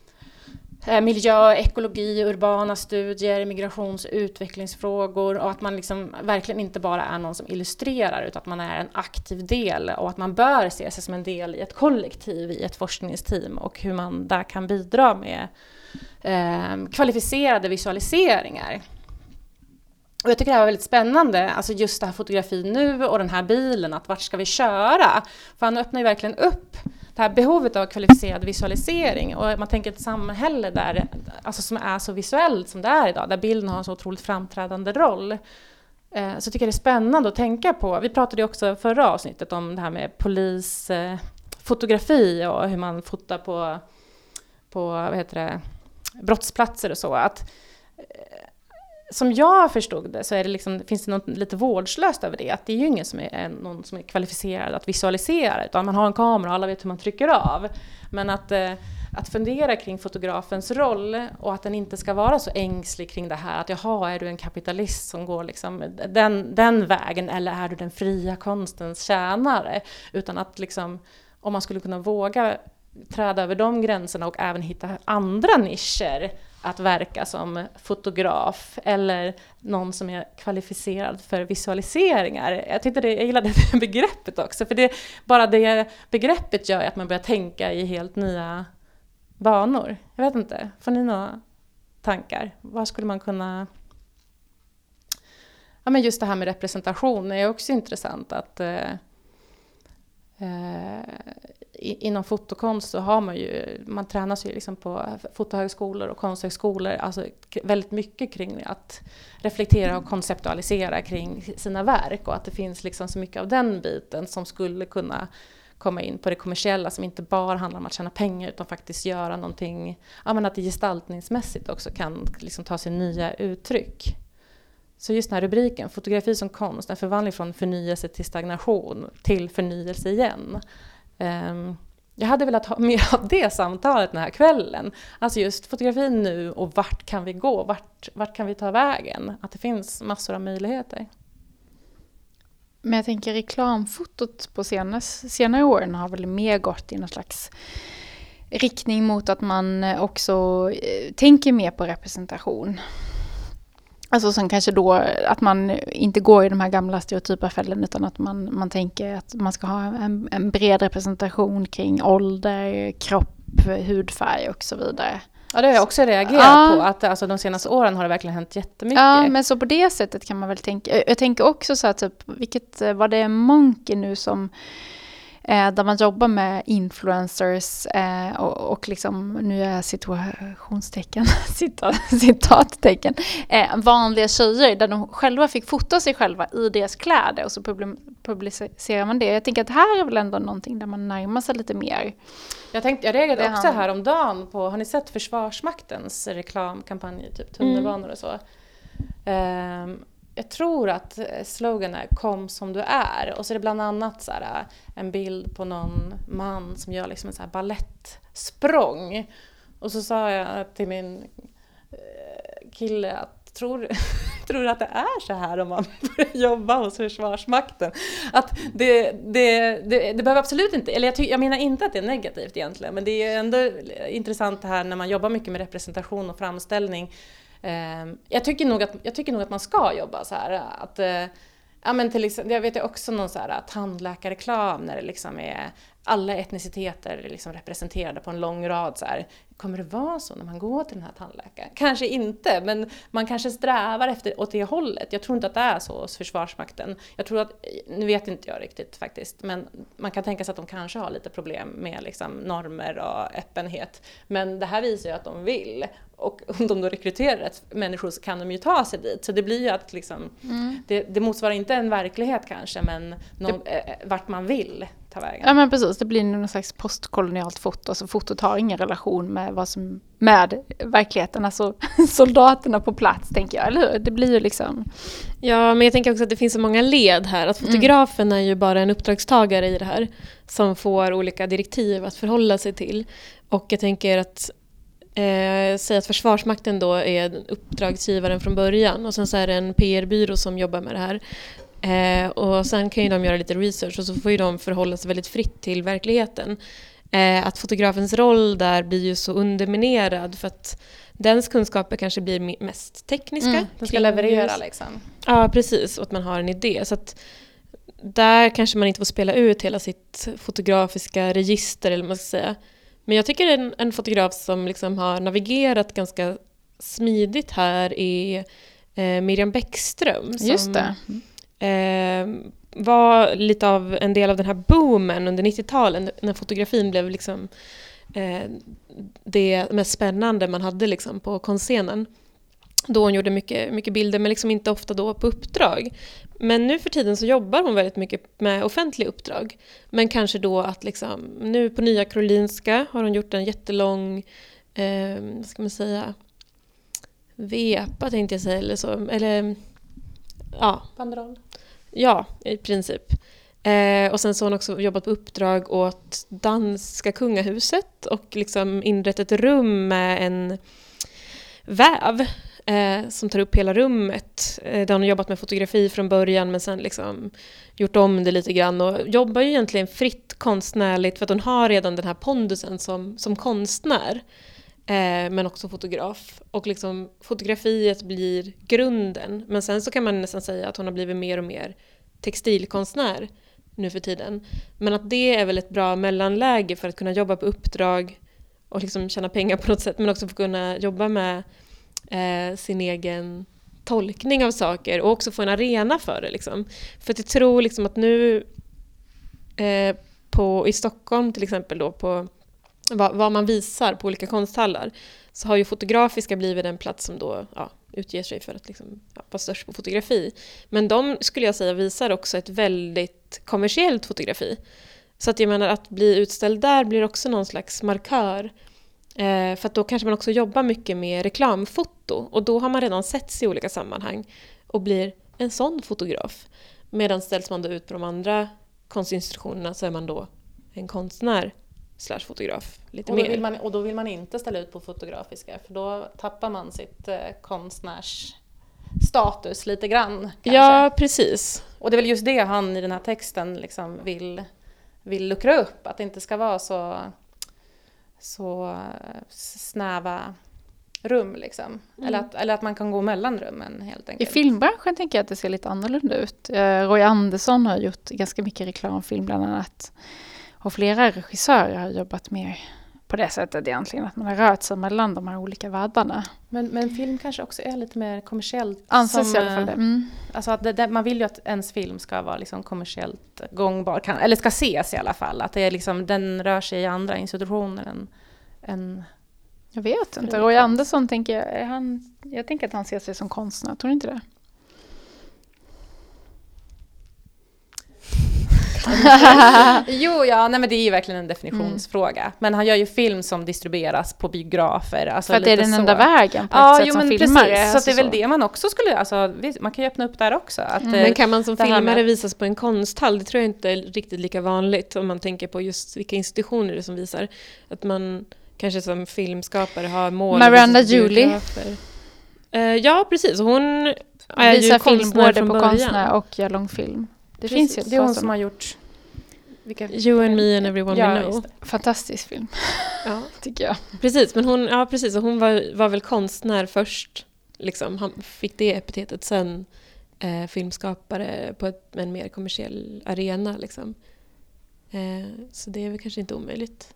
miljö, ekologi, urbana studier, migrations- och utvecklingsfrågor och att man liksom verkligen inte bara är någon som illustrerar utan att man är en aktiv del och att man bör se sig som en del i ett kollektiv, i ett forskningsteam och hur man där kan bidra med eh, kvalificerade visualiseringar. Och jag tycker det här var väldigt spännande, alltså just det här fotografin nu och den här bilen, att vart ska vi köra? För han öppnar ju verkligen upp det här behovet av kvalificerad visualisering och man tänker ett samhälle där, alltså som är så visuellt som det är idag, där bilden har en så otroligt framträdande roll. Eh, så tycker jag det är spännande att tänka på. Vi pratade ju också förra avsnittet om det här med polisfotografi eh, och hur man fotar på, på vad heter det, brottsplatser och så. Att, eh, som jag förstod det så är det liksom, finns det något lite vårdslöst över det. Att det är ju ingen som är, någon som är kvalificerad att visualisera. Utan man har en kamera och alla vet hur man trycker av. Men att, eh, att fundera kring fotografens roll. Och att den inte ska vara så ängslig kring det här. Att jaha, är du en kapitalist som går liksom den, den vägen. Eller är du den fria konstens tjänare. Utan att liksom, om man skulle kunna våga träda över de gränserna. Och även hitta andra nischer. Att verka som fotograf eller någon som är kvalificerad för visualiseringar. Jag tyckte det, jag gillade det begreppet också. För det, bara det begreppet gör att man börjar tänka i helt nya banor. Jag vet inte, får ni några tankar? Vad skulle man kunna... Ja, men just det här med representation är också intressant. Att eh, eh, inom fotokonst så har man ju, man tränas ju liksom på fotohögskolor och konsthögskolor, alltså väldigt mycket kring att reflektera och konceptualisera kring sina verk och att det finns liksom så mycket av den biten som skulle kunna komma in på det kommersiella som inte bara handlar om att tjäna pengar utan faktiskt göra någonting, ja, men att det gestaltningsmässigt också kan liksom ta sig nya uttryck. Så just den här rubriken, fotografi som konst, en förvandling från förnyelse till stagnation till förnyelse igen. Um, jag hade velat ha mer av det samtalet den här kvällen. Alltså just fotografin nu och vart kan vi gå? Vart, vart kan vi ta vägen? Att det finns massor av möjligheter. Men jag tänker reklamfotot på senaste, senare åren har väl mer gått i någon slags riktning mot att man också eh, tänker mer på representation. Alltså som kanske då att man inte går i de här gamla stereotypa fällen utan att man, man tänker att man ska ha en, en bred representation kring ålder, kropp, hudfärg och så vidare. Ja, det har jag också reagerat ja. på. Att alltså, de senaste åren har det verkligen hänt jättemycket. Ja, men så på det sättet kan man väl tänka. Jag tänker också så här, typ, vilket var det Monkey nu som Eh, där man jobbar med influencers eh, och, och liksom, nu är situationstecken, citat, citattecken, eh, vanliga tjejer där de själva fick fota sig själva i deras kläder och så publicerar man det? Jag tänker att här är väl ändå någonting där man närmar sig lite mer. Jag, tänkte, jag reagerade också han... häromdagen på, har ni sett Försvarsmaktens reklamkampanj, typ tunnelbanor mm. och så? Um, jag tror att slogan är kom som du är. Och så är det bland annat så här, en bild på någon man som gör liksom en så här ballettsprång. Och så sa jag till min kille att tror, tror du att det är så här om man börjar jobba hos Försvarsmakten? Att det, det, det, det behöver absolut inte, eller jag, ty, jag menar inte att det är negativt egentligen, men det är ändå intressant det här när man jobbar mycket med representation och framställning. Jag tycker nog att, jag tycker nog att man ska jobba så här. Att, ja, men till exempel, jag vet ju också någon så här tandläkarreklam när det liksom är alla etniciteter liksom representerade på en lång rad. Så här. Kommer det vara så när man går till den här tandläkaren? Kanske inte, men man kanske strävar efter åt det hållet. Jag tror inte att det är så hos Försvarsmakten. Jag tror att, nu vet inte jag riktigt faktiskt, men man kan tänka sig att de kanske har lite problem med liksom normer och öppenhet. Men det här visar ju att de vill. Och om de då rekryterar rätt människor så kan de ju ta sig dit. Så det blir ju att liksom, mm. det, det motsvarar inte en verklighet kanske, men någon, det, äh, vart man vill ta vägen. Ja men precis, det blir någon slags postkolonialt foto. Så fotot har ingen relation med vad som med verkligheten. Alltså soldaterna på plats tänker jag, eller hur? Det blir ju liksom... Ja, men jag tänker också att det finns så många led här. Att fotografen mm. är ju bara en uppdragstagare i det här. Som får olika direktiv att förhålla sig till. Och jag tänker att Eh, säg att Försvarsmakten då är uppdragsgivaren från början och sen så är det en P R-byrå som jobbar med det här eh, och sen kan ju de göra lite research och så får ju de förhålla sig väldigt fritt till verkligheten. Eh, att fotografens roll där blir ju så underminerad för att dens kunskaper kanske blir mest tekniska. Mm, den ska leverera liksom. Ja, precis, och att man har en idé så att där kanske man inte får spela ut hela sitt fotografiska register eller vad man ska säga. Men jag tycker en, en fotograf som liksom har navigerat ganska smidigt här är eh, Miriam Bäckström. Som, Just det. Eh, var lite av en del av den här boomen under nittiotalet när fotografin blev liksom, eh, det mest spännande man hade liksom på konstscenen. Då hon gjorde mycket, mycket bilder men liksom inte ofta då på uppdrag. Men nu för tiden så jobbar hon väldigt mycket med offentliga uppdrag. Men kanske då att liksom, nu på Nya Karolinska har hon gjort en jättelång, eh, vad ska man säga, vepa tänkte jag säga eller så. Eller, ja. Banderoll. Ja, i princip. Eh, och sen så har hon också jobbat på uppdrag åt danska kungahuset och liksom inrett ett rum med en väv. Eh, som tar upp hela rummet. Eh, där hon har jobbat med fotografi från början men sen liksom gjort om det lite grann och jobbar ju egentligen fritt konstnärligt för att hon har redan den här pondusen som, som konstnär eh, men också fotograf. Och liksom fotografiet blir grunden men sen så kan man nästan säga att hon har blivit mer och mer textilkonstnär nu för tiden. Men att det är väl ett bra mellanläge för att kunna jobba på uppdrag och liksom tjäna pengar på något sätt men också för att kunna jobba med Eh, sin egen tolkning av saker och också få en arena för det liksom. För att jag tror liksom att nu eh, på, i Stockholm till exempel då på vad, vad man visar på olika konsthallar så har ju Fotografiska blivit den plats som då ja, utger sig för att liksom, ja, vara störst på fotografi. Men de skulle jag säga visar också ett väldigt kommersiellt fotografi. Så att jag menar att bli utställd där blir också någon slags markör. Eh, för att då kanske man också jobbar mycket med reklamfoto. Och då har man redan sett i olika sammanhang. Och blir en sån fotograf. Medan ställs man då ut på de andra konstinstitutionerna så är man då en konstnär slash fotograf. Lite och, då mer. Vill man, och då vill man inte ställa ut på Fotografiska. För då tappar man sitt eh, konstnärsstatus lite grann. Kanske. Ja, precis. Och det är väl just det han i den här texten liksom vill, vill luckra upp. Att det inte ska vara så... så snäva rum liksom. Mm. Eller, att, eller att man kan gå mellan rummen helt enkelt. I filmbranschen tänker jag att det ser lite annorlunda ut. Roy Andersson har gjort ganska mycket reklamfilm bland annat. Och flera regissörer har jobbat mer på det sättet egentligen. Att man har rört sig mellan de här olika världarna. Men, men film kanske också är lite mer kommersiellt. Anses som, i alla fall det. Mm. Alltså att det, det, man vill ju att ens film ska vara liksom kommersiellt gångbar. Kan, eller ska ses i alla fall. Att det är liksom, den rör sig i andra institutioner än... än jag vet inte. Roy Andersson tänker jag, är han, jag tänker att han ser sig som konstnär. Tror du inte det? Jo, ja, nej men det är ju verkligen en definitionsfråga. Mm. Men han gör ju film som distribueras på biografer. Alltså för att det är den så. enda vägen på ett ja, sätt jo, som men filmare. Precis, så alltså det är väl så. Det man också skulle, alltså man kan ju öppna upp där också. Att, mm. Men kan man som filmare med... visas på en konsthall? Det tror jag inte är riktigt lika vanligt om man tänker på just vilka institutioner det är som visar. Att man kanske som filmskapare har mål. Miranda Julie. Uh, ja, precis. Hon är visar ju film både från på början. konstnär och gör långfilm. Det precis, finns ju det är hon som har gjort vilka? You and me and everyone ja, we know. Fantastisk film. Ja, tycker jag. Precis, men hon, ja, precis, och hon var, var väl konstnär först. Liksom. Han fick det epitetet sen eh, filmskapare på ett, en mer kommersiell arena. Liksom. Eh, så det är väl kanske inte omöjligt.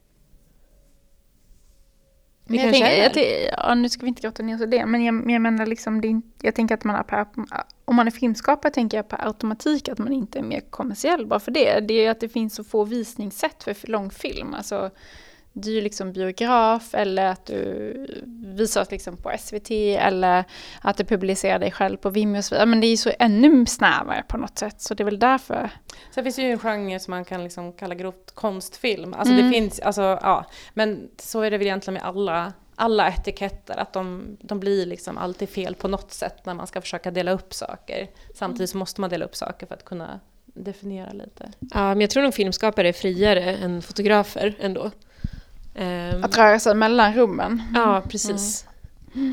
Men jag tänker, jag tänker, ja, nu ska vi inte grotta ner så det, men jag, jag menar liksom, det, jag tänker att man är per, om man är filmskapare tänker jag per automatik att man inte är mer kommersiell bara för det. Det är ju att det finns så få visningssätt för långfilm. Alltså, du är liksom biograf eller att du visas liksom på S V T eller att du publicerar dig själv på Vimeo och så vidare. Men det är ju så ännu snävare på något sätt, så det är väl därför. Sen finns det ju en genre som man kan liksom kalla grovt konstfilm. Alltså mm. det finns, alltså ja, men så är det väl egentligen med alla, alla etiketter, att de, de blir liksom alltid fel på något sätt när man ska försöka dela upp saker. Samtidigt så måste man dela upp saker för att kunna definiera lite. Ja, men jag tror nog filmskapare är friare än fotografer ändå. Um, att röra sig mellan rummen. Ja, precis. Mm.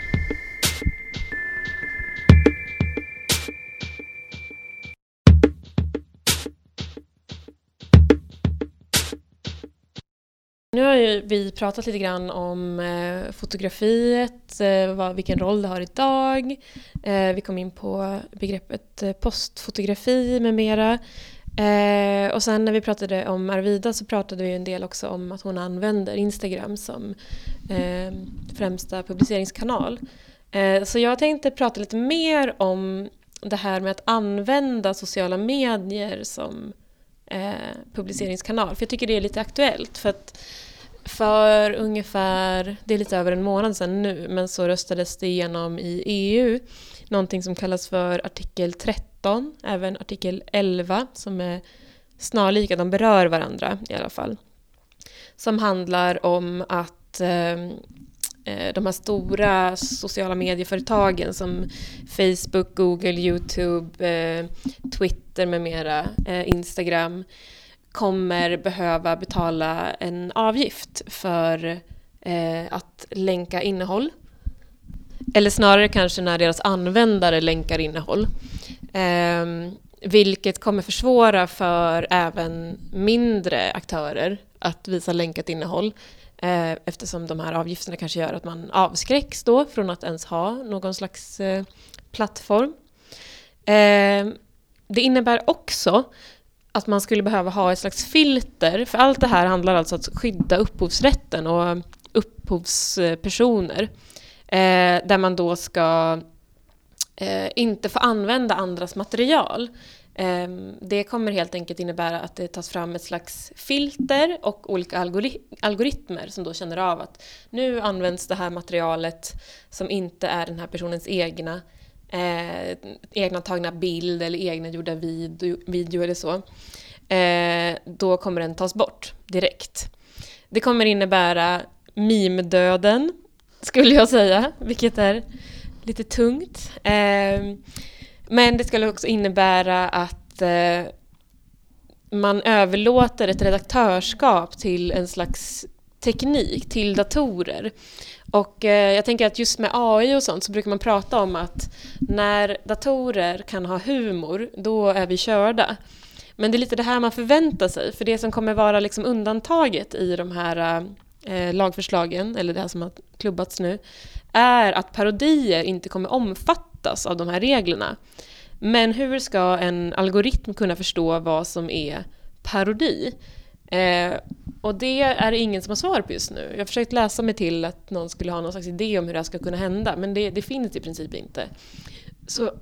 Nu har ju vi pratat lite grann om eh, fotografiet, eh, vad, vilken roll det har idag. Eh, vi kom in på begreppet eh, postfotografi med mera. Eh, och sen när vi pratade om Arvida så pratade vi en del också om att hon använder Instagram som eh, främsta publiceringskanal. Eh, så jag tänkte prata lite mer om det här med att använda sociala medier som eh, publiceringskanal. För jag tycker det är lite aktuellt. För att för ungefär, det är lite över en månad sedan nu, men så röstades det igenom i E U någonting som kallas för artikel tretton, även artikel elva som är snarlika, de berör varandra i alla fall. Som handlar om att eh, de här stora sociala medieföretagen som Facebook, Google, YouTube, eh, Twitter med mera, eh, Instagram kommer behöva betala en avgift för eh, att länka innehåll. Eller snarare kanske när deras användare länkar innehåll. Eh, vilket kommer försvåra för även mindre aktörer att visa länkat innehåll. Eh, eftersom de här avgifterna kanske gör att man avskräcks då från att ens ha någon slags eh, plattform. Eh, det innebär också att man skulle behöva ha ett slags filter. För allt det här handlar alltså om att skydda upphovsrätten och upphovspersoner. Eh, där man då ska eh, inte få använda andras material. Eh, det kommer helt enkelt innebära att det tas fram ett slags filter och olika algori- algoritmer som då känner av att nu används det här materialet som inte är den här personens egna Eh, egna tagna bild eller egna gjorda video, video eller så, eh, då kommer den tas bort direkt. Det kommer innebära meme-döden, skulle jag säga, vilket är lite tungt. Eh, men det skulle också innebära att eh, man överlåter ett redaktörskap till en slags teknik, till datorer. Och eh, jag tänker att just med A I och sånt så brukar man prata om att när datorer kan ha humor, då är vi körda. Men det är lite det här man förväntar sig. För det som kommer vara liksom undantaget i de här eh, lagförslagen, eller det här som har klubbats nu, är att parodier inte kommer omfattas av de här reglerna. Men hur ska en algoritm kunna förstå vad som är parodi? Eh, och det är ingen som har svar på just nu. Jag har försökt läsa mig till att någon skulle ha någon slags idé om hur det här ska kunna hända, men det, det finns i princip inte. Så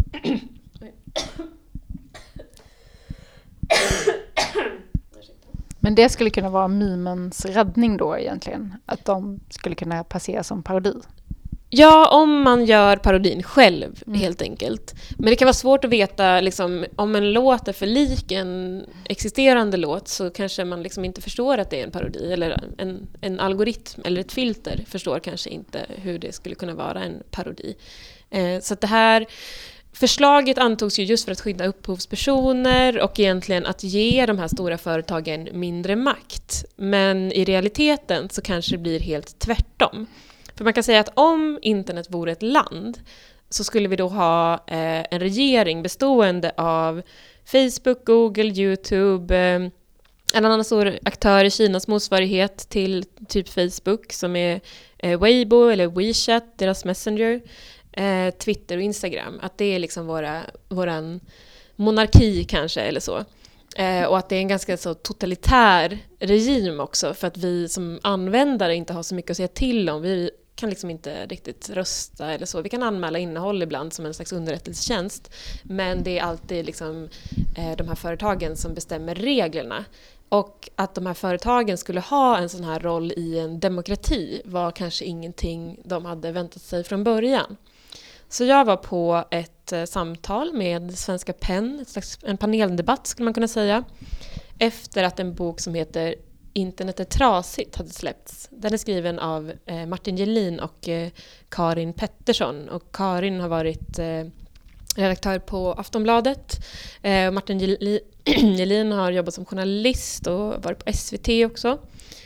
men det skulle kunna vara mimens räddning då egentligen, att de skulle kunna passera som parodi. Ja, om man gör parodin själv Mm. helt enkelt. Men det kan vara svårt att veta liksom, om en låt är för lik en existerande låt så kanske man liksom inte förstår att det är en parodi. Eller en, en algoritm eller ett filter förstår kanske inte hur det skulle kunna vara en parodi. Eh, så att det här förslaget antogs ju just för att skydda upphovspersoner och egentligen att ge de här stora företagen mindre makt. Men i realiteten så kanske det blir helt tvärtom. För man kan säga att om internet vore ett land så skulle vi då ha eh, en regering bestående av Facebook, Google, YouTube, eh, en annan stor aktör i Kinas motsvarighet till typ Facebook som är eh, Weibo eller WeChat, deras Messenger, eh, Twitter och Instagram. Att det är liksom våra, våran monarki kanske eller så. Eh, och att det är en ganska så totalitär regim också för att vi som användare inte har så mycket att säga till om. Vi kan liksom inte riktigt rösta eller så. Vi kan anmäla innehåll ibland som en slags underrättelsetjänst. Men det är alltid liksom, eh, de här företagen som bestämmer reglerna. Och att de här företagen skulle ha en sån här roll i en demokrati var kanske ingenting de hade väntat sig från början. Så jag var på ett eh, samtal med Svenska Penn, ett slags, en paneldebatt skulle man kunna säga, efter att en bok som heter Internet är trasigt hade släppts. Den är skriven av eh, Martin Gelin och eh, Karin Pettersson. Och Karin har varit eh, redaktör på Aftonbladet. Eh, Martin Gel- Gelin har jobbat som journalist och varit på S V T också.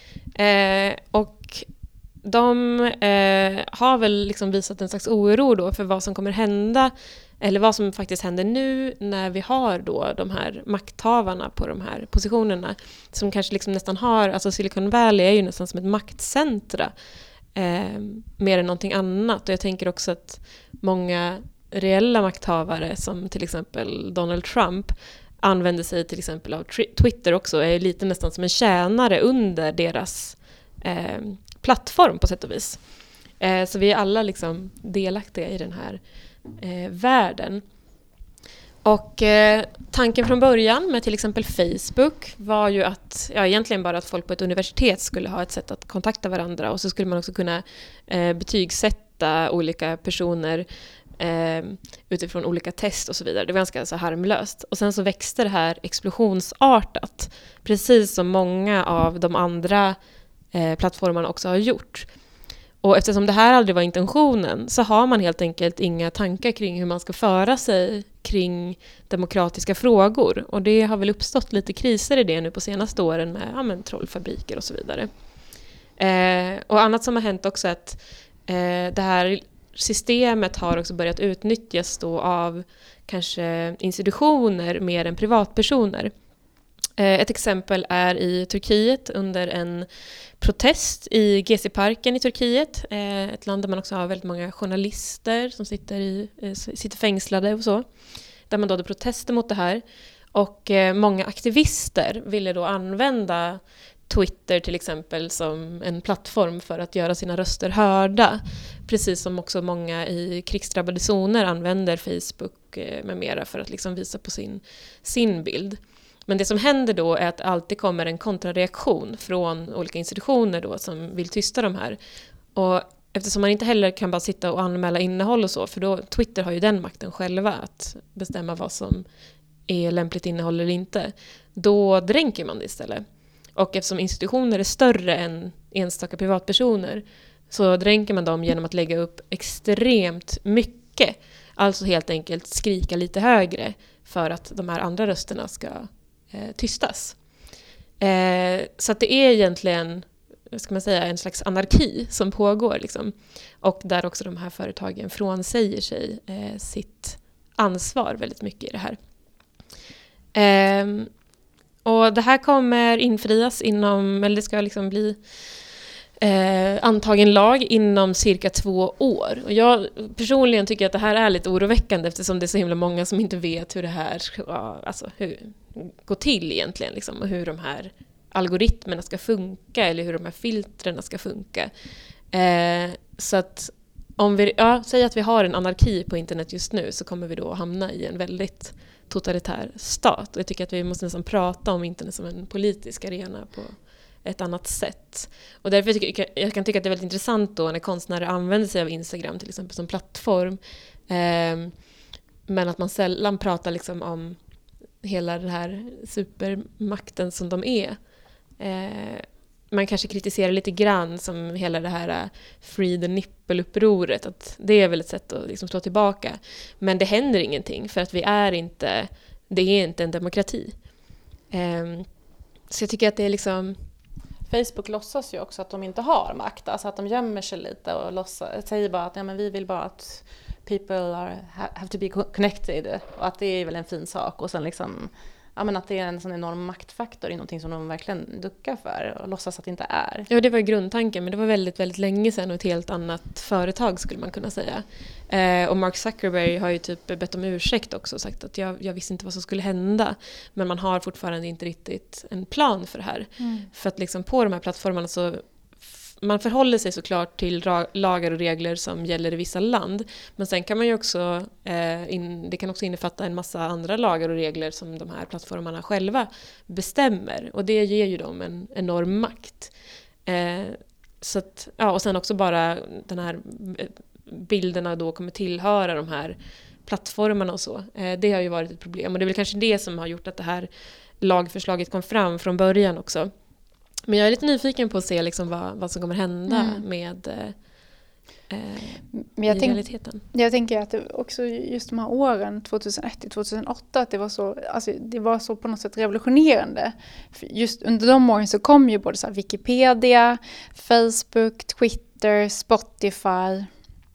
Eh, och de eh, har väl liksom visat en slags oro då för vad som kommer hända eller vad som faktiskt händer nu när vi har då de här makthavarna på de här positionerna som kanske liksom nästan har, alltså Silicon Valley är ju nästan som ett maktcentra eh, mer än någonting annat. Och jag tänker också att många reella makthavare som till exempel Donald Trump använder sig till exempel av Twitter också, är lite nästan som en tjänare under deras eh, plattform på sätt och vis. Eh, så vi är alla liksom delaktiga i den här eh, världen. Och eh, tanken från början med till exempel Facebook var ju att, ja egentligen bara att folk på ett universitet skulle ha ett sätt att kontakta varandra och så skulle man också kunna eh, betygsätta olika personer eh, utifrån olika test och så vidare. Det var ganska så harmlöst. Och sen så växte det här explosionsartat, precis som många av de andra eh, plattformarna också har gjort. Och eftersom det här aldrig var intentionen så har man helt enkelt inga tankar kring hur man ska föra sig kring demokratiska frågor. Och det har väl uppstått lite kriser i det nu på senaste åren med ja, men, trollfabriker och så vidare. Eh, och annat som har hänt också är att eh, det här systemet har också börjat utnyttjas då av kanske institutioner mer än privatpersoner. Ett exempel är i Turkiet under en protest i Gezi-parken i Turkiet. Ett land där man också har väldigt många journalister som sitter, i, sitter fängslade och så. Där man då hade protester mot det här. Och många aktivister ville då använda Twitter till exempel som en plattform för att göra sina röster hörda. Precis som också många i krigsdrabbade zoner använder Facebook med mera för att liksom visa på sin, sin bild. Men det som händer då är att det alltid kommer en kontrareaktion från olika institutioner då som vill tysta de här. Och eftersom man inte heller kan bara sitta och anmäla innehåll och så, för då Twitter har ju den makten själva att bestämma vad som är lämpligt innehåll eller inte, då dränker man det istället. Och eftersom institutioner är större än enstaka privatpersoner så dränker man dem genom att lägga upp extremt mycket. Alltså helt enkelt skrika lite högre för att de här andra rösterna ska eh, tystas. Eh, så att det är egentligen, ska man säga, en slags anarki som pågår. Liksom. Och där också de här företagen frånsäger sig eh, sitt ansvar väldigt mycket i det här. Eh, och det här kommer infrias inom, eller det ska liksom bli Eh, antagen lag inom cirka två år. Och jag personligen tycker att det här är lite oroväckande eftersom det är så himla många som inte vet hur det här ska, alltså, hur, går till egentligen liksom, och hur de här algoritmerna ska funka eller hur de här filtrerna ska funka. Eh, så att om vi ja, säger att vi har en anarki på internet just nu så kommer vi då hamna i en väldigt totalitär stat. Och jag tycker att vi måste nästan prata om internet som en politisk arena på ett annat sätt. Och därför tycker jag, jag kan tycka att det är väldigt intressant då när konstnärer använder sig av Instagram till exempel som plattform. Eh, men att man sällan pratar liksom om hela den här supermakten som de är. Eh, man kanske kritiserar lite grann som hela det här free the nipple-upproret. Att det är väl ett sätt att liksom slå tillbaka. Men det händer ingenting för att vi är inte, det är inte en demokrati. Eh, så jag tycker att det är liksom... Facebook låtsas ju också att de inte har makt. Alltså att de gömmer sig lite och låtsas, säger bara att ja, men vi vill bara att people are, have to be connected. Och att det är väl en fin sak. Och sen liksom, ja, men att det är en sån enorm maktfaktor i någonting som de verkligen duckar för och låtsas att det inte är. Ja, det var ju grundtanken, men det var väldigt, väldigt länge sedan och ett helt annat företag skulle man kunna säga. Eh, och Mark Zuckerberg har ju typ bett om ursäkt också och sagt att jag, jag visste inte vad som skulle hända. Men man har fortfarande inte riktigt en plan för det här. Mm. För att liksom på de här plattformarna så man förhåller sig såklart till ra- lagar och regler som gäller i vissa land. Men sen kan man ju också, eh, in, det kan också innefatta en massa andra lagar och regler som de här plattformarna själva bestämmer. Och det ger ju dem en enorm makt. Eh, så att, ja, och sen också bara den här bilderna då kommer tillhöra de här plattformarna och så. Eh, det har ju varit ett problem. Och det är väl kanske det som har gjort att det här lagförslaget kom fram från början också. Men jag är lite nyfiken på att se liksom vad, vad som kommer hända mm. med eh, Men jag i tänk, realiteten. Jag tänker att det också just de här åren tjugohundraett till tjugohundraåtta att det var så, alltså det var så på något sätt revolutionerande. För just under de åren så kom ju både så här Wikipedia, Facebook, Twitter, Spotify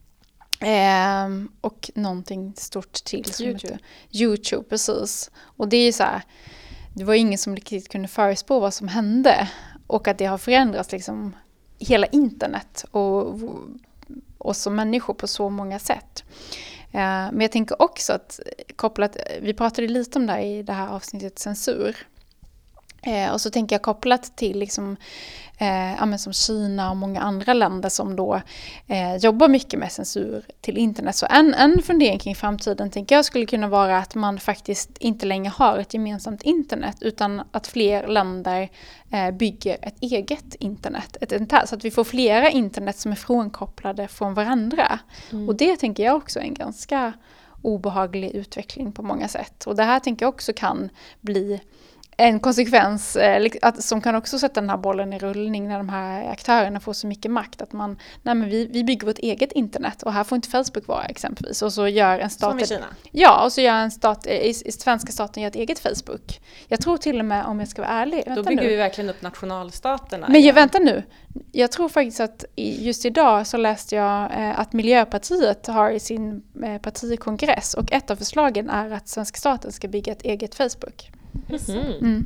eh, och någonting stort till som YouTube. Heter YouTube, precis. Och det är så här, det var ingen som riktigt kunde förutspå vad som hände. Och att det har förändrats liksom hela internet och, och som människor på så många sätt. Eh, men jag tänker också att kopplat, vi pratade lite om det här i det här avsnittet censur. Eh, och så tänker jag kopplat till liksom, eh, ja, men som Kina och många andra länder som då eh, jobbar mycket med censur till internet. Så en, en fundering kring framtiden tänker jag skulle kunna vara att man faktiskt inte längre har ett gemensamt internet utan att fler länder eh, bygger ett eget internet. Ett internet, så att vi får flera internet som är frånkopplade från varandra. Mm. Och det tänker jag också är en ganska obehaglig utveckling på många sätt. Och det här tänker jag också kan bli en konsekvens eh, att, som kan också sätta den här bollen i rullning när de här aktörerna får så mycket makt att man, nej men vi, vi bygger vårt eget internet och här får inte Facebook vara exempelvis och så gör en stat... Som i Kina? Ja, och så gör en stat, i, i svenska staten gör ett eget Facebook. Jag tror till och med, om jag ska vara ärlig... Då bygger nu. vi verkligen upp nationalstaterna. Men jag, vänta nu. Jag tror faktiskt att just idag så läste jag eh, att Miljöpartiet har i sin eh, partikongress och ett av förslagen är att svenska staten ska bygga ett eget Facebook. Mm-hmm. Mm.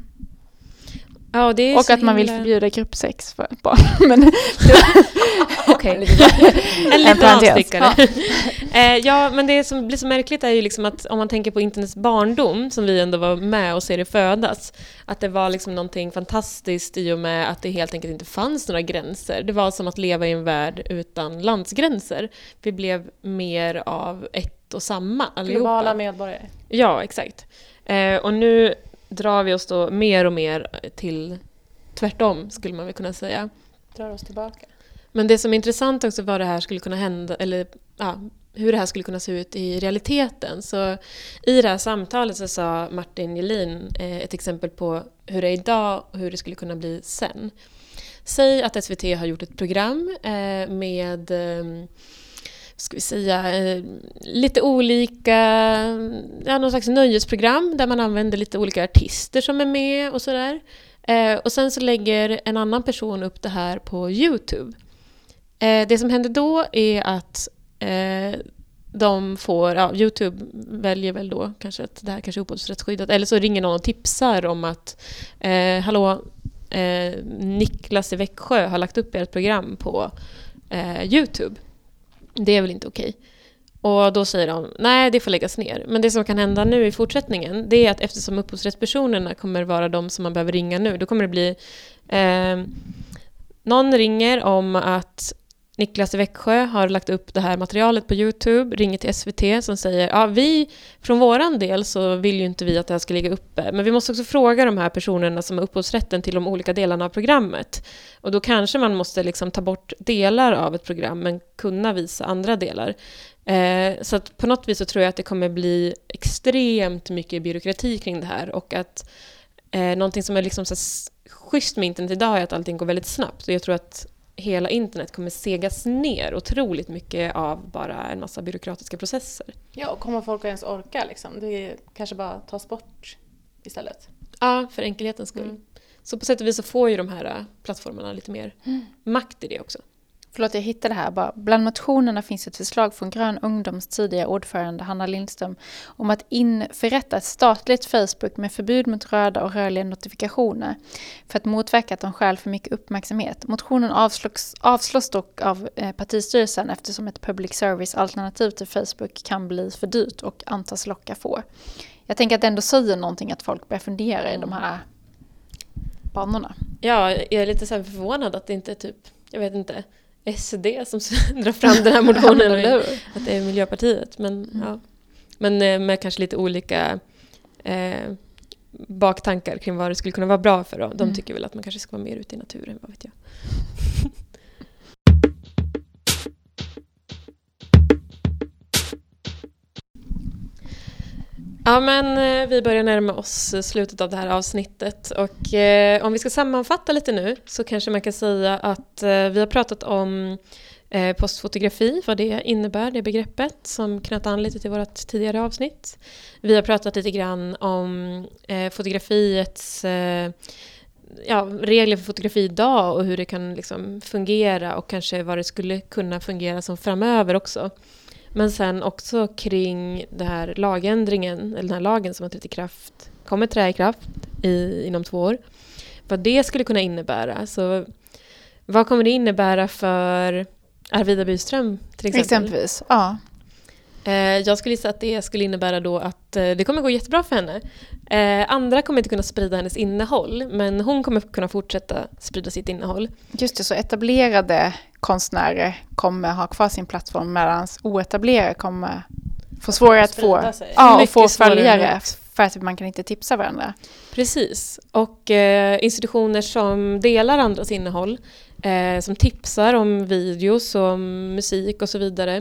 Ja, det är och att himla... man vill förbjuda gruppsex för barn. Men okej. En liten avstickare. Ja. ja, men det som blir så märkligt är ju liksom att om man tänker på internets barndom som vi ändå var med och ser det födas, att det var liksom någonting fantastiskt i och med att det helt enkelt inte fanns några gränser. Det var som att leva i en värld utan landsgränser. Vi blev mer av ett och samma allihopa. Globala medborgare. Ja, exakt. Eh, och nu drar vi oss då mer och mer till tvärtom skulle man väl kunna säga. Drar oss tillbaka. Men det som är intressant också vad det här skulle kunna hända eller ja, hur det här skulle kunna se ut i realiteten. Så i det här samtalet så sa Martin Gelin eh, ett exempel på hur det är idag och hur det skulle kunna bli sen. Säg att S V T har gjort ett program eh, med eh, ska vi säga, eh, lite olika, ja, någon slags nöjesprogram där man använder lite olika artister som är med och sådär. Eh, och sen så lägger en annan person upp det här på YouTube. Eh, det som händer då är att eh, de får, ja, YouTube väljer väl då kanske att det här kanske är upphovsrättsskyddat, eller så ringer någon och tipsar om att eh, hallå, eh, Niklas i Växjö har lagt upp ert program på eh, YouTube. Det är väl inte okej. Och då säger de, nej det får läggas ner. Men det som kan hända nu i fortsättningen, det är att eftersom upphovsrättspersonerna kommer vara de som man behöver ringa nu, då kommer det bli eh, någon ringer om att Niklas i Växjö har lagt upp det här materialet på YouTube, ringer till S V T som säger ja, vi från våran del så vill ju inte vi att det här ska ligga uppe. Men vi måste också fråga de här personerna som har upphovsrätten till de olika delarna av programmet. Och då kanske man måste liksom ta bort delar av ett program men kunna visa andra delar. Eh, så att på något vis så tror jag att det kommer bli extremt mycket byråkrati kring det här. Och att eh, någonting som är liksom så schysst med internet idag är att allting går väldigt snabbt. Och jag tror att hela internet kommer segas ner otroligt mycket av bara en massa byråkratiska processer. Ja, och kommer folk att ens orka liksom? Det kanske bara tas bort istället. Ja, för enkelhetens skull. Mm. Så på sätt och vis så får ju de här plattformarna lite mer mm. makt i det också. Förlåt, jag hittade det här bara. Bland motionerna finns ett förslag från Grön ungdoms tidigare ordförande Hanna Lindström om att införrätta ett statligt Facebook med förbud mot röda och rörliga notifikationer för att motverka att de stjäl för mycket uppmärksamhet. Motionen avslås, avslås dock av eh, partistyrelsen eftersom ett public service-alternativ till Facebook kan bli för dyrt och antas locka få. Jag tänker att det ändå säger någonting att folk börjar fundera mm. i de här banorna. Ja, jag är lite så här förvånad att det inte är typ, jag vet inte, S D som drar fram den här motionen, att det är Miljöpartiet. Men, mm. ja. Men med kanske lite olika eh, baktankar kring vad det skulle kunna vara bra för. Då. De mm. tycker väl att man kanske ska vara mer ute i naturen, vad vet jag. Ja, men vi börjar närma oss slutet av det här avsnittet och eh, om vi ska sammanfatta lite nu så kanske man kan säga att eh, vi har pratat om eh, postfotografi, vad det innebär, det begreppet som knöt an lite till vårt tidigare avsnitt. Vi har pratat lite grann om eh, fotografiets eh, ja, regler för fotografi idag och hur det kan liksom fungera och kanske vad det skulle kunna fungera som framöver också. Men sen också kring den här lagändringen, eller den här lagen som har trätt i kraft, kommer trä i kraft i, inom två år. Vad det skulle kunna innebära. Så vad kommer det innebära för Arvida Byström till exempel? Exempelvis, ja. Eh, jag skulle gissa att det skulle innebära då att eh, det kommer gå jättebra för henne. Eh, andra kommer inte kunna sprida hennes innehåll, men hon kommer kunna fortsätta sprida sitt innehåll. Just det, så etablerade konstnärer kommer ha kvar sin plattform medan oetablerade kommer få svårare att få, ja, och få följare för att man kan inte tipsa varandra. Precis, och eh, institutioner som delar andras innehåll, eh, som tipsar om videos, om musik och så vidare.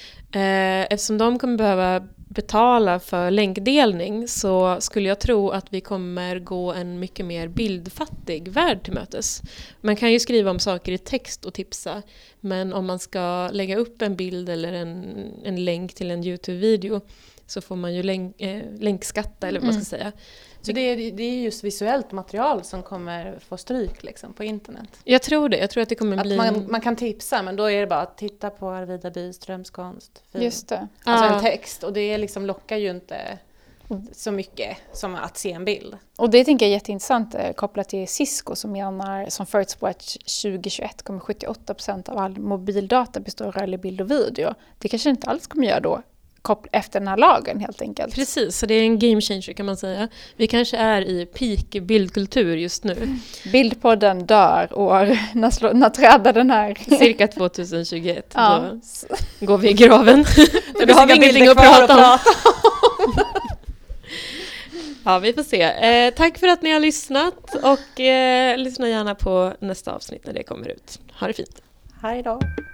Eh, eftersom de kommer behöva betala för länkdelning så skulle jag tro att vi kommer gå en mycket mer bildfattig värld till mötes. Man kan ju skriva om saker i text och tipsa, men om man ska lägga upp en bild eller en, en länk till en YouTube-video så får man ju länk, eh, länkskatta eller vad man ska säga. Så det är, det är just visuellt material som kommer få stryk liksom, på internet? Jag tror det. Jag tror att det kommer att bli... Man, man kan tipsa, men då är det bara att titta på Arvida Byströms konst. Just det. Alltså ah. en text. Och det liksom lockar ju inte så mycket som att se en bild. Och det tänker jag är jätteintressant eh, kopplat till Cisco som menar, som förutspår att tjugohundratjugoett kommer sjuttioåtta procent av all mobildata bestå av rörlig bild och video. Det kanske inte alls kommer göra då efter den här lagen helt enkelt. Precis, så det är en game changer kan man säga. Vi kanske är i peak bildkultur just nu. Bildpodden dör år, när, slå, när trädar den här? Cirka tjugohundratjugoett, ja. Då går vi i graven. Då har vi ingenting att prata om. Ja, vi får se. Eh, tack för att ni har lyssnat och eh, lyssna gärna på nästa avsnitt när det kommer ut. Ha det fint. Hej då.